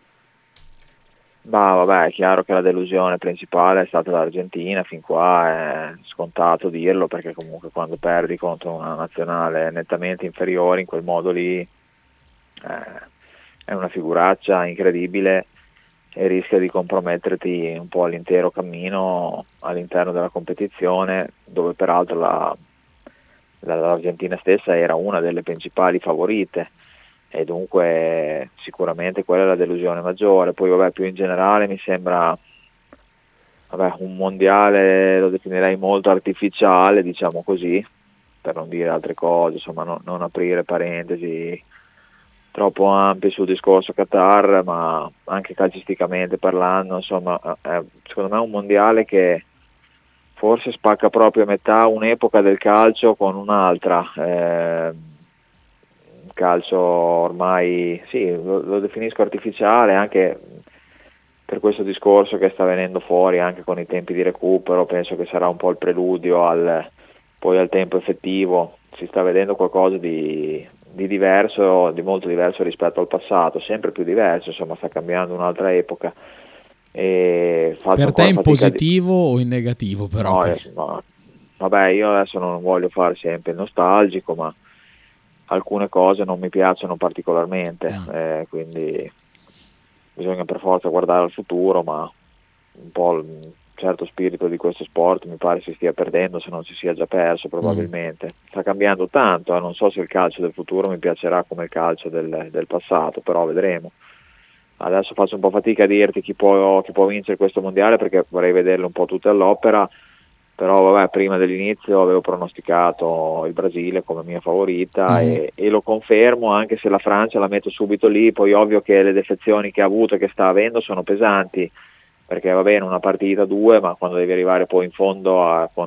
Ma vabbè, è chiaro che la delusione principale è stata l'Argentina, fin qua è scontato dirlo, perché comunque quando perdi contro una nazionale nettamente inferiore in quel modo lì Eh, è una figuraccia incredibile e rischia di comprometterti un po' l'intero cammino all'interno della competizione, dove peraltro la, la, l'Argentina stessa era una delle principali favorite. e dunque sicuramente quella è la delusione maggiore. Poi vabbè, più in generale mi sembra vabbè, un mondiale, lo definirei molto artificiale, diciamo così, per non dire altre cose, insomma no, non aprire parentesi troppo ampie sul discorso Qatar, ma anche calcisticamente parlando, insomma è, secondo me è un mondiale che forse spacca proprio a metà un'epoca del calcio con un'altra. Eh, calcio ormai sì, lo, lo definisco artificiale anche per questo discorso che sta venendo fuori anche con i tempi di recupero. Penso che sarà un po' il preludio al, poi al tempo effettivo. Si sta vedendo qualcosa di, di diverso, di molto diverso rispetto al passato, sempre più diverso, insomma sta cambiando un'altra epoca. E per te in positivo di... o in negativo però? No, per... adesso, no. Vabbè, io adesso non voglio fare sempre il nostalgico, ma alcune cose non mi piacciono particolarmente, mm. eh, quindi bisogna per forza guardare al futuro, ma un po' il certo spirito di questo sport mi pare si stia perdendo, se non si sia già perso probabilmente. Mm. Sta cambiando tanto, eh, non so se il calcio del futuro mi piacerà come il calcio del, del passato, però vedremo. Adesso faccio un po' fatica a dirti chi può, chi può vincere questo mondiale, perché vorrei vederle un po' tutte all'opera, però vabbè, prima dell'inizio avevo pronosticato il Brasile come mia favorita, mm. e, e lo confermo, anche se la Francia la metto subito lì. Poi ovvio che le defezioni che ha avuto e che sta avendo sono pesanti, perché va bene una partita, due, ma quando devi arrivare poi in fondo a, con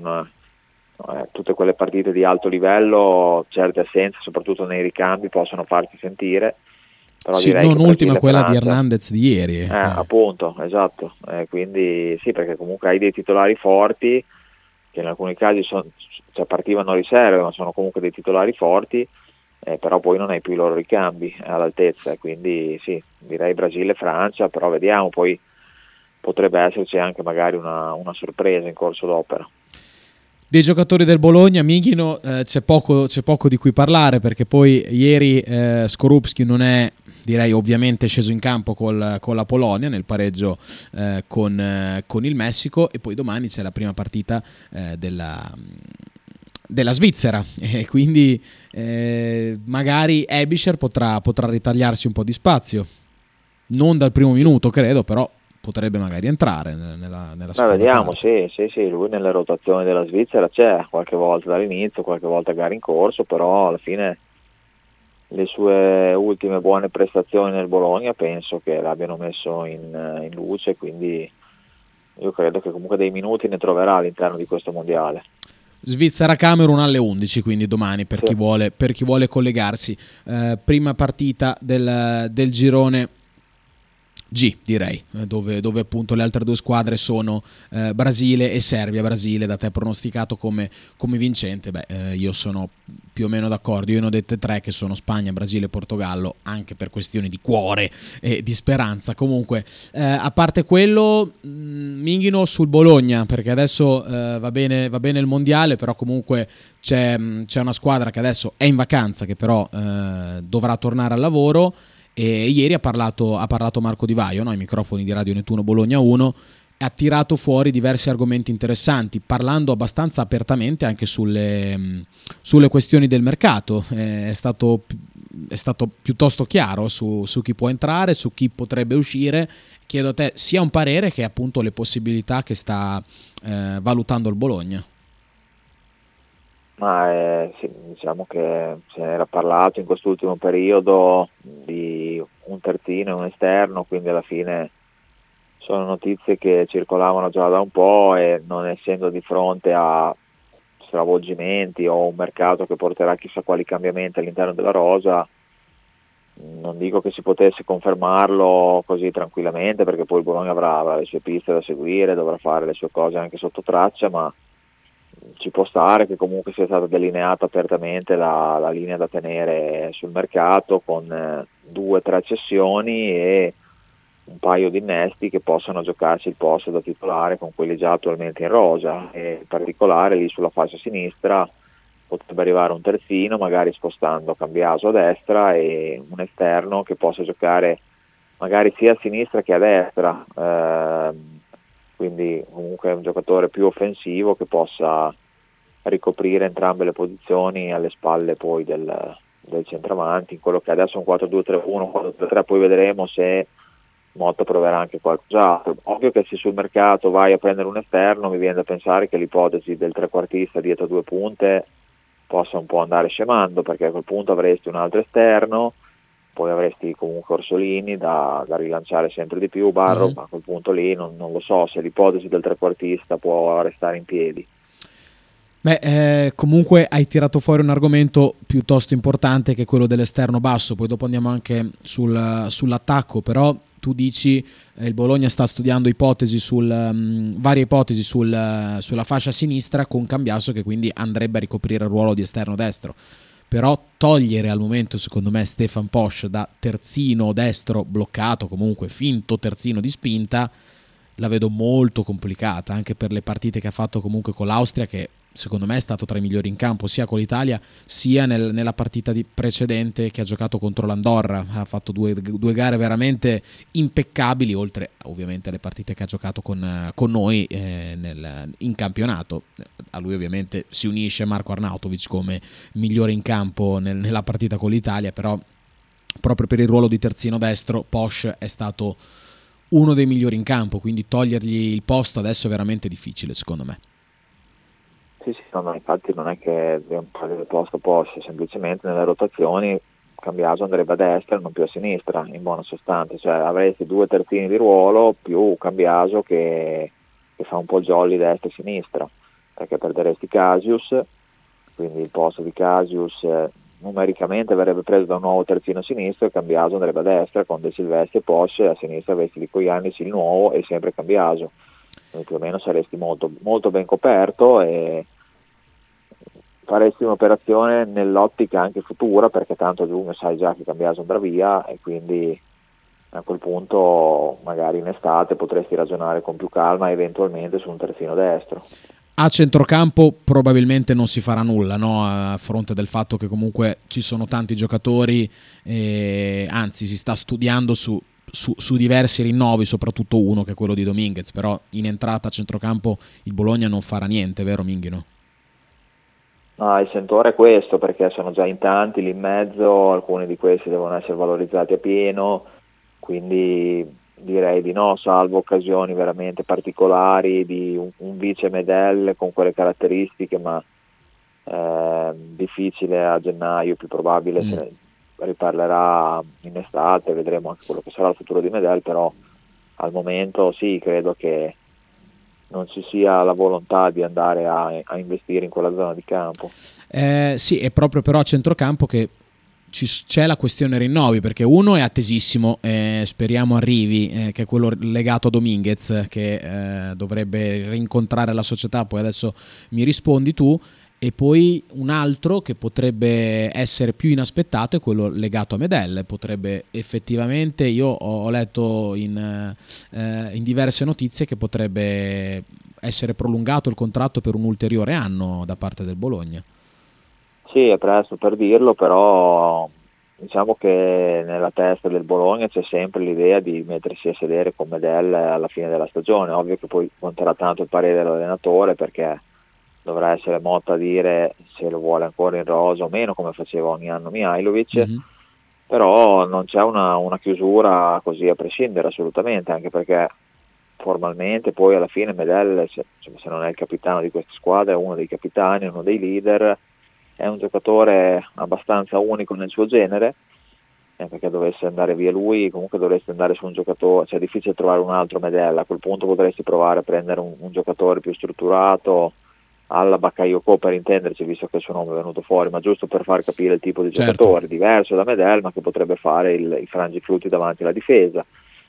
eh, tutte quelle partite di alto livello, certe assenze, soprattutto nei ricambi, possono farsi sentire. Però sì, non ultima quella Francia, di Hernandez di ieri. Eh, eh. Appunto, esatto, eh, quindi sì, perché comunque hai dei titolari forti, che in alcuni casi son, cioè partivano a riserve, ma sono comunque dei titolari forti, eh, però poi non hai più i loro ricambi all'altezza, quindi sì, direi Brasile e Francia, però vediamo, poi potrebbe esserci anche magari una, una sorpresa in corso d'opera. Dei giocatori del Bologna, Mighino, eh, c'è, poco, c'è poco di cui parlare, perché poi ieri eh, Skorupski non è, direi ovviamente, sceso in campo col, con la Polonia nel pareggio eh, con, eh, con il Messico, e poi domani c'è la prima partita eh, della, della Svizzera, e quindi eh, magari Ebischer potrà, potrà ritagliarsi un po' di spazio, non dal primo minuto credo, però potrebbe magari entrare nella, nella seconda vediamo, parte. sì, sì, sì, lui nelle rotazioni della Svizzera c'è, qualche volta dall'inizio, qualche volta gare in corso, però alla fine le sue ultime buone prestazioni nel Bologna penso che l'abbiano messo in, in luce, quindi io credo che comunque dei minuti ne troverà all'interno di questo mondiale. Svizzera-Camerun alle undici, quindi domani per, sì. chi, vuole, per chi vuole collegarsi. Eh, prima partita del, del girone G, direi, dove, dove appunto le altre due squadre sono eh, Brasile e Serbia. Brasile da te pronosticato come, come vincente. Beh, eh, io sono più o meno d'accordo, io ne ho dette tre che sono Spagna, Brasile e Portogallo, anche per questioni di cuore e di speranza. Comunque, eh, a parte quello, mh, Minghino sul Bologna, perché adesso eh, va bene, va bene il mondiale, però comunque c'è, mh, c'è una squadra che adesso è in vacanza, che però eh, dovrà tornare al lavoro. E ieri ha parlato, ha parlato Marco Di Vaio, no? Ai microfoni di Radio Nettuno Bologna uno, e ha tirato fuori diversi argomenti interessanti, parlando abbastanza apertamente anche sulle, sulle questioni del mercato. Eh, è stato, è stato piuttosto chiaro su, su chi può entrare, su chi potrebbe uscire. Chiedo a te sia un parere che appunto le possibilità che sta eh, valutando il Bologna. Ma eh, sì, diciamo che se ne era parlato in quest'ultimo periodo di un terzino e un esterno, quindi alla fine sono notizie che circolavano già da un po', e non essendo di fronte a stravolgimenti o un mercato che porterà chissà quali cambiamenti all'interno della rosa, non dico che si potesse confermarlo così tranquillamente, perché poi il Bologna avrà, avrà le sue piste da seguire, dovrà fare le sue cose anche sotto traccia, ma ci può stare che comunque sia stata delineata apertamente la, la linea da tenere sul mercato, con eh, due o tre cessioni e un paio di innesti che possono giocarsi il posto da titolare con quelli già attualmente in rosa, e in particolare lì sulla fascia sinistra potrebbe arrivare un terzino, magari spostando Cambiaso a destra, e un esterno che possa giocare magari sia a sinistra che a destra, eh, quindi comunque è un giocatore più offensivo che possa ricoprire entrambe le posizioni alle spalle poi del, del centravanti, in quello che adesso è un quattro due tre uno, quattro tre tre, poi vedremo se Motta proverà anche qualcos'altro. Ovvio che se sul mercato vai a prendere un esterno, mi viene da pensare che l'ipotesi del trequartista dietro due punte possa un po' andare scemando, perché a quel punto avresti un altro esterno, poi avresti comunque Orsolini da, da rilanciare sempre di più, Barro, mm-hmm. ma a quel punto lì non, non lo so se l'ipotesi del trequartista può restare in piedi. Beh, eh, comunque hai tirato fuori un argomento piuttosto importante che è quello dell'esterno basso, poi dopo andiamo anche sul, sull'attacco, però tu dici eh, il Bologna sta studiando ipotesi sul, um, varie ipotesi sul, sulla fascia sinistra con Cambiaso che quindi andrebbe a ricoprire il ruolo di esterno destro, però togliere al momento secondo me Stefan Posch da terzino destro bloccato, comunque finto terzino di spinta, la vedo molto complicata anche per le partite che ha fatto comunque con l'Austria, che secondo me è stato tra i migliori in campo sia con l'Italia sia nel, nella partita di precedente che ha giocato contro l'Andorra. Ha fatto due, due gare veramente impeccabili, oltre ovviamente alle partite che ha giocato con, con noi eh, nel, in campionato. A lui ovviamente si unisce Marko Arnautovic come migliore in campo nel, nella partita con l'Italia, però proprio per il ruolo di terzino destro Posch è stato uno dei migliori in campo, quindi togliergli il posto adesso è veramente difficile secondo me. Sì, sì, no, no, infatti non è che dobbiamo fare il posto Posch, semplicemente nelle rotazioni Cambiaso andrebbe a destra e non più a sinistra, in buona sostanza, cioè avresti due terzini di ruolo più Cambiaso che, che fa un po' jolly destra e sinistra, perché perderesti Casius, quindi il posto di Casius eh, numericamente verrebbe preso da un nuovo terzino sinistro e Cambiaso andrebbe a destra con De Silvestri e Posch, e a sinistra avresti di Kojanis il nuovo e sempre Cambiaso, quindi più o meno saresti molto, molto ben coperto e faresti un'operazione nell'ottica anche futura, perché tanto a giugno sai già che Cambiaso andrà via e quindi a quel punto magari in estate potresti ragionare con più calma eventualmente su un terzino destro. A centrocampo probabilmente non si farà nulla, no? A fronte del fatto che comunque ci sono tanti giocatori, eh, anzi si sta studiando su, su, su diversi rinnovi, soprattutto uno che è quello di Dominguez, però in entrata a centrocampo il Bologna non farà niente, vero Minghino? No, il sentore è questo, perché sono già in tanti lì in mezzo, alcuni di questi devono essere valorizzati a pieno, quindi direi di no, salvo occasioni veramente particolari di un, un vice Medel con quelle caratteristiche, ma eh, difficile a gennaio, più probabile mm. se ne riparlerà in estate, vedremo anche quello che sarà il futuro di Medel, però al momento sì, credo che non ci sia la volontà di andare a, a investire in quella zona di campo. Eh, sì, è proprio però a centrocampo che ci, c'è la questione rinnovi, perché uno è attesissimo, eh, speriamo arrivi, eh, che è quello legato a Dominguez, che eh, dovrebbe rincontrare la società, poi adesso mi rispondi tu, e poi un altro che potrebbe essere più inaspettato è quello legato a Medel. Potrebbe effettivamente, io ho letto in, eh, in diverse notizie che potrebbe essere prolungato il contratto per un ulteriore anno da parte del Bologna. Sì, è presto per dirlo, però diciamo che nella testa del Bologna c'è sempre l'idea di mettersi a sedere con Medel alla fine della stagione. Ovvio che poi conterà tanto il parere dell'allenatore, perché dovrà essere Motta a dire se lo vuole ancora in rosa o meno, come faceva ogni anno Mihajlovic, mm-hmm. però non c'è una, una chiusura così a prescindere assolutamente, anche perché formalmente poi alla fine Medel, se, se non è il capitano di questa squadra, è uno dei capitani, uno dei leader, è un giocatore abbastanza unico nel suo genere, eh, perché dovesse andare via lui comunque dovresti andare su un giocatore, cioè è difficile trovare un altro Medel, a quel punto potresti provare a prendere un, un giocatore più strutturato alla Bakayoko, per intenderci, visto che il suo nome è venuto fuori, ma giusto per far capire il tipo di certo. giocatore diverso da Medel, ma che potrebbe fare il, i frangiflutti davanti alla difesa,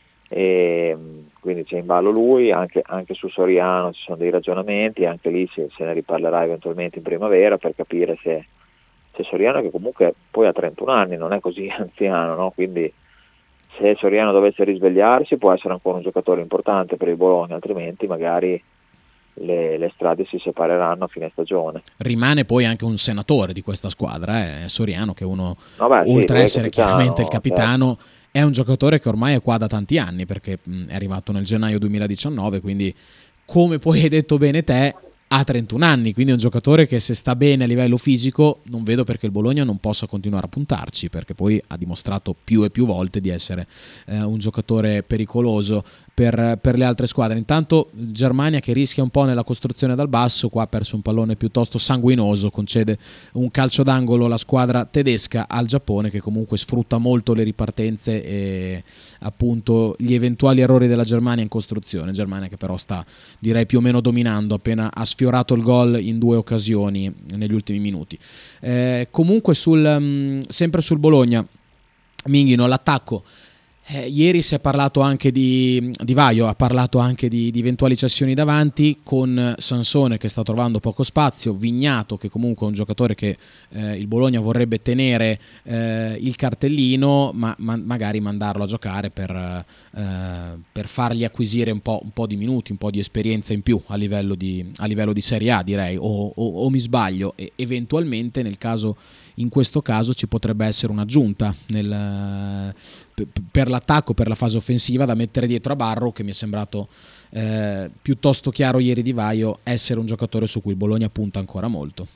e quindi c'è in ballo lui. Anche, anche su Soriano ci sono dei ragionamenti, anche lì se, se ne riparlerà eventualmente in primavera per capire se, se Soriano, che comunque poi ha trentuno anni, non è così anziano, no? Quindi se Soriano dovesse risvegliarsi può essere ancora un giocatore importante per il Bologna, altrimenti magari Le, le strade si separeranno a fine stagione. Rimane poi anche un senatore di questa squadra, eh, Soriano, che uno, Vabbè, sì, oltre a essere capitano, chiaramente il capitano, certo. è un giocatore che ormai è qua da tanti anni, perché mh, è arrivato nel gennaio duemiladiciannove, quindi come poi hai detto bene te, ha trentuno anni, quindi è un giocatore che se sta bene a livello fisico non vedo perché il Bologna non possa continuare a puntarci, perché poi ha dimostrato più e più volte di essere eh, un giocatore pericoloso per, per le altre squadre. Intanto Germania, che rischia un po' nella costruzione dal basso, qua ha perso un pallone piuttosto sanguinoso, concede un calcio d'angolo alla squadra tedesca al Giappone, che comunque sfrutta molto le ripartenze e appunto gli eventuali errori della Germania in costruzione. Germania che però sta, direi, più o meno dominando, appena ha sfiorato il gol in due occasioni negli ultimi minuti. Eh, comunque sul, um, sempre sul Bologna, Minghino, l'attacco. Eh, ieri si è parlato anche di, di Vaio, ha parlato anche di, di eventuali cessioni davanti, con Sansone che sta trovando poco spazio, Vignato che comunque è un giocatore che eh, il Bologna vorrebbe tenere eh, il cartellino, ma, ma magari mandarlo a giocare per, eh, per fargli acquisire un po', un po' di minuti, un po' di esperienza in più a livello di, a livello di Serie A, direi, o, o, o mi sbaglio, e eventualmente nel caso, in questo caso ci potrebbe essere un'aggiunta nel, per l'attacco, per la fase offensiva, da mettere dietro a Barro, che mi è sembrato eh, piuttosto chiaro ieri di Vaio essere un giocatore su cui il Bologna punta ancora molto.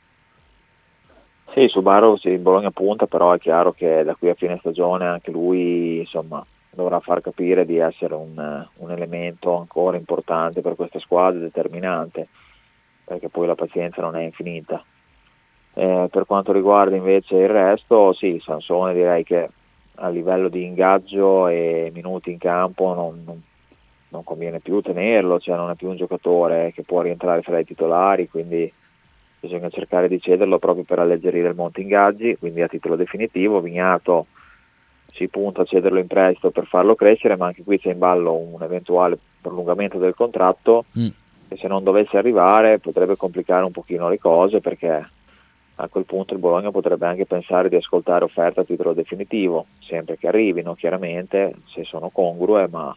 Sì, su Barro sì, il Bologna punta, però è chiaro che da qui a fine stagione anche lui, insomma, dovrà far capire di essere un, un elemento ancora importante per questa squadra, determinante, perché poi la pazienza non è infinita. Eh, per quanto riguarda invece il resto, sì, Sansone direi che a livello di ingaggio e minuti in campo non, non, non conviene più tenerlo, cioè non è più un giocatore che può rientrare fra i titolari, quindi bisogna cercare di cederlo proprio per alleggerire il monte ingaggi, quindi a titolo definitivo. Vignato si punta a cederlo in prestito per farlo crescere, ma anche qui c'è in ballo un eventuale prolungamento del contratto mm. che se non dovesse arrivare potrebbe complicare un pochino le cose, perché a quel punto il Bologna potrebbe anche pensare di ascoltare offerte a titolo definitivo, sempre che arrivino, chiaramente, se sono congrue, ma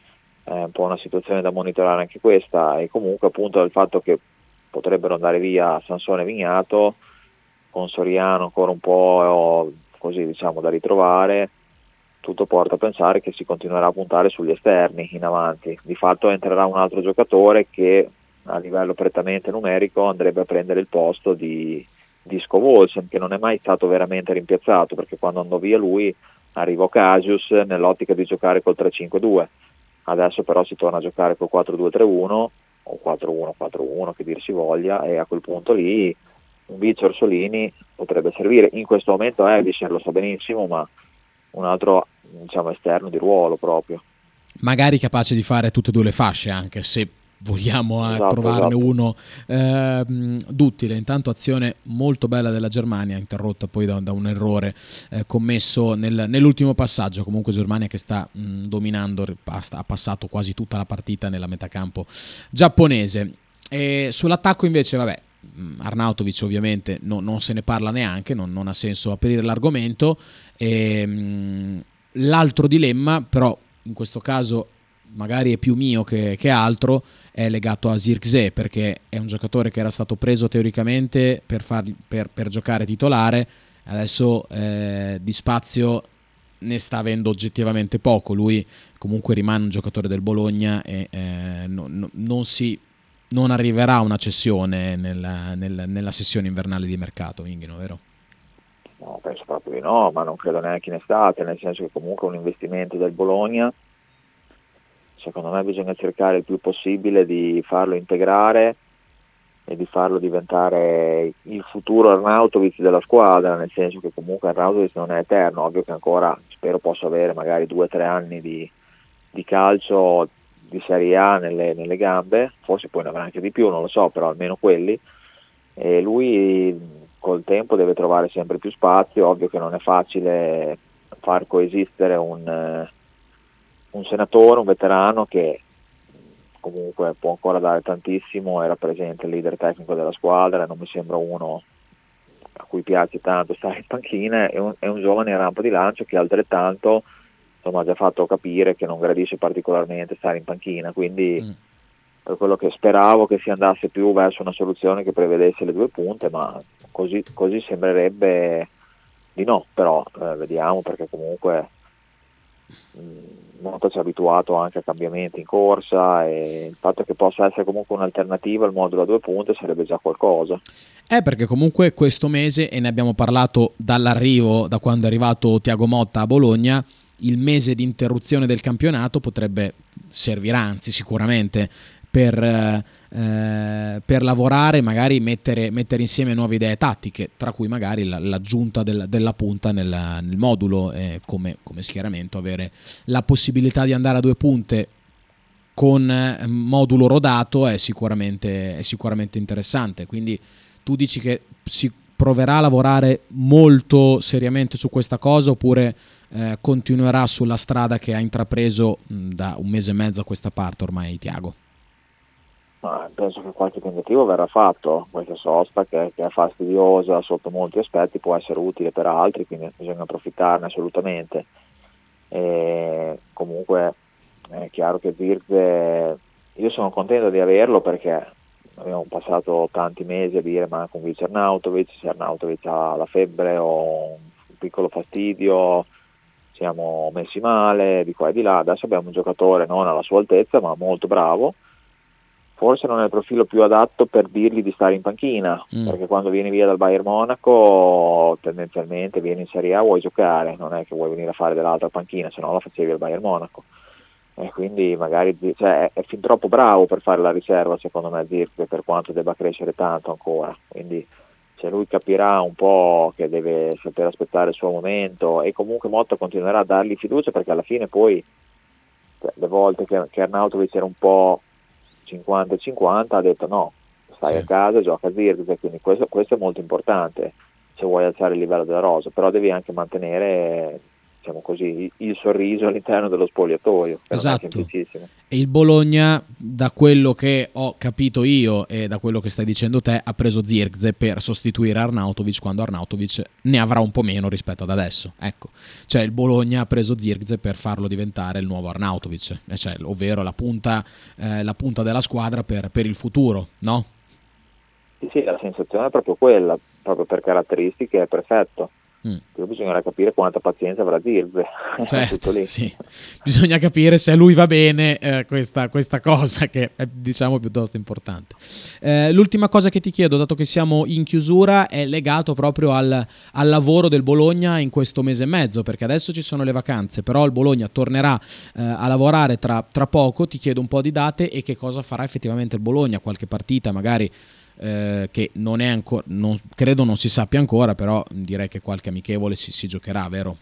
è un po' una situazione da monitorare anche questa. E comunque appunto il fatto che potrebbero andare via Sansone e Vignato, con Soriano ancora un po' così, diciamo, da ritrovare, tutto porta a pensare che si continuerà a puntare sugli esterni in avanti. Di fatto entrerà un altro giocatore che a livello prettamente numerico andrebbe a prendere il posto di di Scovolsen, che non è mai stato veramente rimpiazzato, perché quando andò via lui arrivò Casius nell'ottica di giocare col tre cinque due. Adesso però si torna a giocare col quattro due tre uno o quattro uno quattro uno, che dir si voglia, e a quel punto lì un vice Orsolini potrebbe servire. In questo momento Elischer lo sa benissimo, ma un altro, diciamo, esterno di ruolo proprio, magari capace di fare tutte e due le fasce, anche se vogliamo eh, esatto, trovarne esatto. uno eh, duttile. Intanto azione molto bella della Germania, interrotta poi da, da un errore eh, commesso nel, nell'ultimo passaggio. Comunque Germania che sta mh, dominando, ha passato quasi tutta la partita nella metacampo giapponese. E sull'attacco invece, vabbè, Arnautovic ovviamente no, non se ne parla neanche, non, non ha senso aprire l'argomento. E, mh, l'altro dilemma, però in questo caso magari è più mio che, che altro, è legato a Zirkzee, perché è un giocatore che era stato preso teoricamente per, far, per, per giocare titolare, adesso eh, di spazio ne sta avendo oggettivamente poco. Lui comunque rimane un giocatore del Bologna e eh, no, no, non, si, non arriverà una cessione nella, nella, nella sessione invernale di mercato, Minghino, vero? No, penso proprio di no, ma non credo neanche in estate, nel senso che comunque è un investimento del Bologna. Secondo me bisogna cercare il più possibile di farlo integrare e di farlo diventare il futuro Arnautovic della squadra, nel senso che comunque Arnautovic non è eterno, ovvio che ancora spero possa avere magari due o tre anni di, di calcio di Serie A nelle, nelle gambe, forse poi ne avrà anche di più, non lo so, però almeno quelli, e lui col tempo deve trovare sempre più spazio. Ovvio che non è facile far coesistere un un senatore, un veterano che comunque può ancora dare tantissimo, era presente il leader tecnico della squadra, non mi sembra uno a cui piace tanto stare in panchina, è un, è un giovane in rampa di lancio che altrettanto, insomma, ha già fatto capire che non gradisce particolarmente stare in panchina, quindi mm. per quello che speravo che si andasse più verso una soluzione che prevedesse le due punte, ma così, così sembrerebbe di no, però eh, vediamo, perché comunque Motta ci ha abituato anche a cambiamenti in corsa, e il fatto che possa essere comunque un'alternativa al modulo a due punte sarebbe già qualcosa. Eh, perché comunque questo mese, e ne abbiamo parlato dall'arrivo, da quando è arrivato Thiago Motta a Bologna, il mese di interruzione del campionato potrebbe servire, anzi sicuramente, per, eh, per lavorare, magari mettere, mettere insieme nuove idee tattiche, tra cui magari la, l'aggiunta del, della punta nel, nel modulo, eh, come, come schieramento, avere la possibilità di andare a due punte con eh, modulo rodato è sicuramente, è sicuramente interessante. Quindi tu dici che si proverà a lavorare molto seriamente su questa cosa, oppure eh, continuerà sulla strada che ha intrapreso mh, da un mese e mezzo a questa parte ormai Thiago? Ma penso che qualche tentativo verrà fatto. Questa sosta che, che è fastidiosa sotto molti aspetti può essere utile per altri, quindi bisogna approfittarne assolutamente. E comunque è chiaro che Zirkzee, io sono contento di averlo, perché abbiamo passato tanti mesi a dire ma con Vice Arnautovic, se Arnautovic ha la febbre o un piccolo fastidio siamo messi male di qua e di là. Adesso abbiamo un giocatore non alla sua altezza ma molto bravo, forse non è il profilo più adatto per dirgli di stare in panchina, mm. perché quando vieni via dal Bayern Monaco tendenzialmente vieni in Serie A, vuoi giocare, non è che vuoi venire a fare dell'altra panchina, se no la facevi al Bayern Monaco. E quindi magari cioè, è, è fin troppo bravo per fare la riserva, secondo me, Zirkzee, per quanto debba crescere tanto ancora. Quindi se lui capirà un po' che deve saper aspettare il suo momento, e comunque Motta continuerà a dargli fiducia, perché alla fine poi cioè, le volte che, che Arnautovic era un po' cinquanta cinquanta ha detto no, stai sì. a casa, gioca Zirkzee, quindi questo, questo è molto importante se vuoi alzare il livello della rosa, però devi anche mantenere, diciamo così, il sorriso all'interno dello spogliatoio, che esatto. non è semplicissimo. E il Bologna, da quello che ho capito io e da quello che stai dicendo te, ha preso Zirkzee per sostituire Arnautovic quando Arnautovic ne avrà un po' meno rispetto ad adesso. Ecco, cioè il Bologna ha preso Zirkzee per farlo diventare il nuovo Arnautovic, cioè, ovvero la punta, eh, la punta della squadra per, per il futuro, no? Sì, sì, la sensazione è proprio quella, proprio per caratteristiche è perfetto. Mm. Però bisognerà capire quanta pazienza avrà Zirkzee. Certo, tutto lì. Sì. Bisogna capire se a lui va bene eh, questa, questa cosa, che è, diciamo, piuttosto importante. Eh, l'ultima cosa che ti chiedo, dato che siamo in chiusura, è legato proprio al, al lavoro del Bologna in questo mese e mezzo, perché adesso ci sono le vacanze, però il Bologna tornerà eh, a lavorare tra, tra poco. Ti chiedo un po' di date e che cosa farà effettivamente il Bologna, qualche partita magari Eh, che non è ancora, non, credo non si sappia ancora, però direi che qualche amichevole si, si giocherà, vero?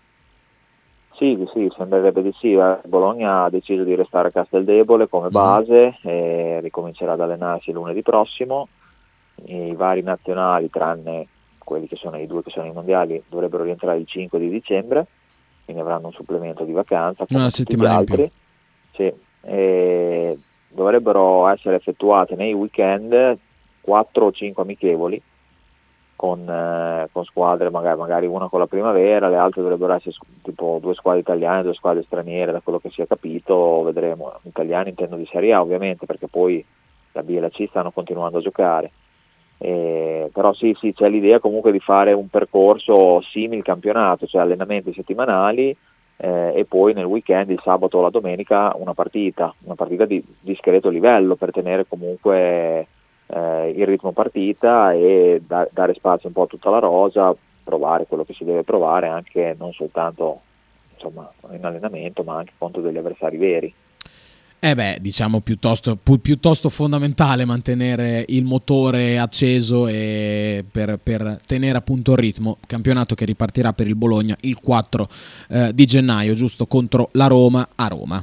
Sì, sì, sembrerebbe di sì. Bologna ha deciso di restare a Casteldebole come base, mm. e ricomincerà ad allenarsi lunedì prossimo. I vari nazionali, tranne quelli che sono i due che sono i mondiali, dovrebbero rientrare il cinque di dicembre, quindi avranno un supplemento di vacanza come una tutti settimana gli altri. in più. Sì, e dovrebbero essere effettuate nei weekend quattro o cinque amichevoli con, eh, con squadre, magari, magari una con la Primavera, le altre dovrebbero essere tipo due squadre italiane, due squadre straniere, da quello che si è capito, vedremo. Italiani intendo di Serie A ovviamente, perché poi la B e la C stanno continuando a giocare, eh, però sì, sì, c'è l'idea comunque di fare un percorso simile campionato, cioè allenamenti settimanali, eh, e poi nel weekend, il sabato o la domenica, una partita, una partita di discreto livello, per tenere comunque Eh, il ritmo partita e da, dare spazio un po' a tutta la rosa, provare quello che si deve provare, anche non soltanto insomma in allenamento, ma anche contro degli avversari veri. Eh beh, diciamo piuttosto, pu- piuttosto fondamentale mantenere il motore acceso e per, per tenere appunto il ritmo. Campionato che ripartirà per il Bologna il quattro eh, di gennaio, giusto, contro la Roma a Roma.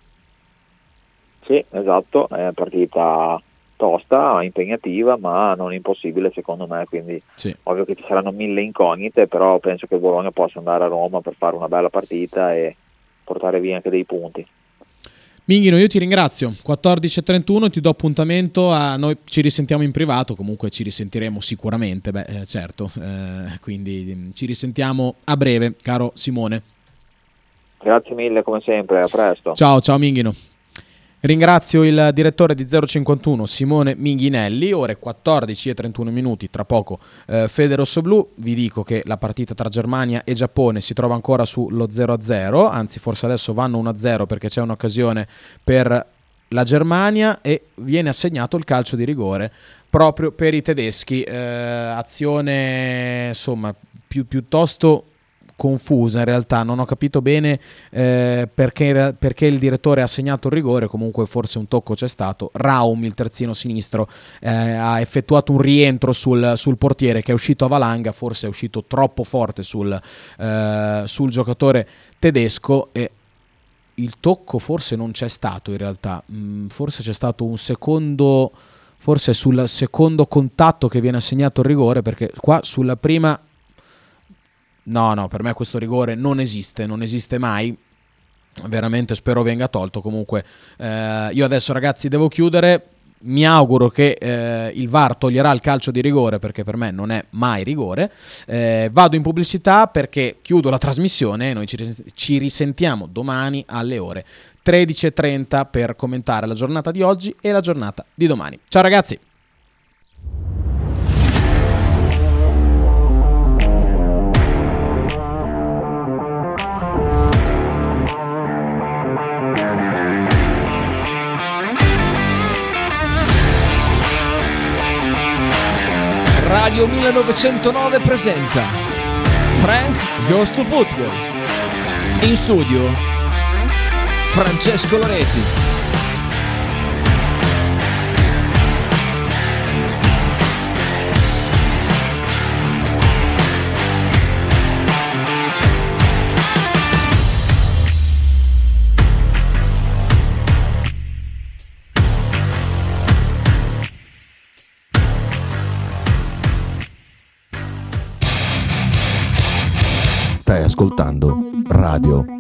Sì, esatto, è partita tosta, impegnativa, ma non impossibile secondo me, quindi sì. Ovvio che ci saranno mille incognite, però penso che il Bologna possa andare a Roma per fare una bella partita e portare via anche dei punti. Minghino, io ti ringrazio. quattordici e trentuno ti do appuntamento, a noi ci risentiamo in privato, comunque ci risentiremo sicuramente, beh eh, certo, eh, quindi ci risentiamo a breve, caro Simone. Grazie mille come sempre, a presto. Ciao, ciao Minghino. Ringrazio il direttore di zero cinquantuno Simone Minghinelli. Ore quattordici e trentuno minuti, tra poco eh, Fede Rossoblu. Vi dico che la partita tra Germania e Giappone si trova ancora sullo zero a zero, anzi forse adesso vanno uno a zero perché c'è un'occasione per la Germania e viene assegnato il calcio di rigore proprio per i tedeschi. Eh, azione insomma più, piuttosto confusa in realtà, non ho capito bene eh, perché, perché il direttore ha segnato il rigore. Comunque forse un tocco c'è stato. Raum, il terzino sinistro, eh, ha effettuato un rientro sul, sul portiere che è uscito a valanga, forse è uscito troppo forte sul, eh, sul giocatore tedesco e il tocco forse non c'è stato in realtà, mm, forse c'è stato un secondo, forse sul secondo contatto che viene assegnato il rigore, perché qua sulla prima no no per me questo rigore non esiste, non esiste mai, veramente spero venga tolto. Comunque eh, io adesso ragazzi devo chiudere, mi auguro che eh, il V A R toglierà il calcio di rigore perché per me non è mai rigore. Eh, vado in pubblicità perché chiudo la trasmissione e noi ci, ris- ci risentiamo domani alle ore tredici e trenta per commentare la giornata di oggi e la giornata di domani. Ciao ragazzi! Radio millenovecentonove presenta Frank Goes to Football. In studio Francesco Loretti. Stai ascoltando Radio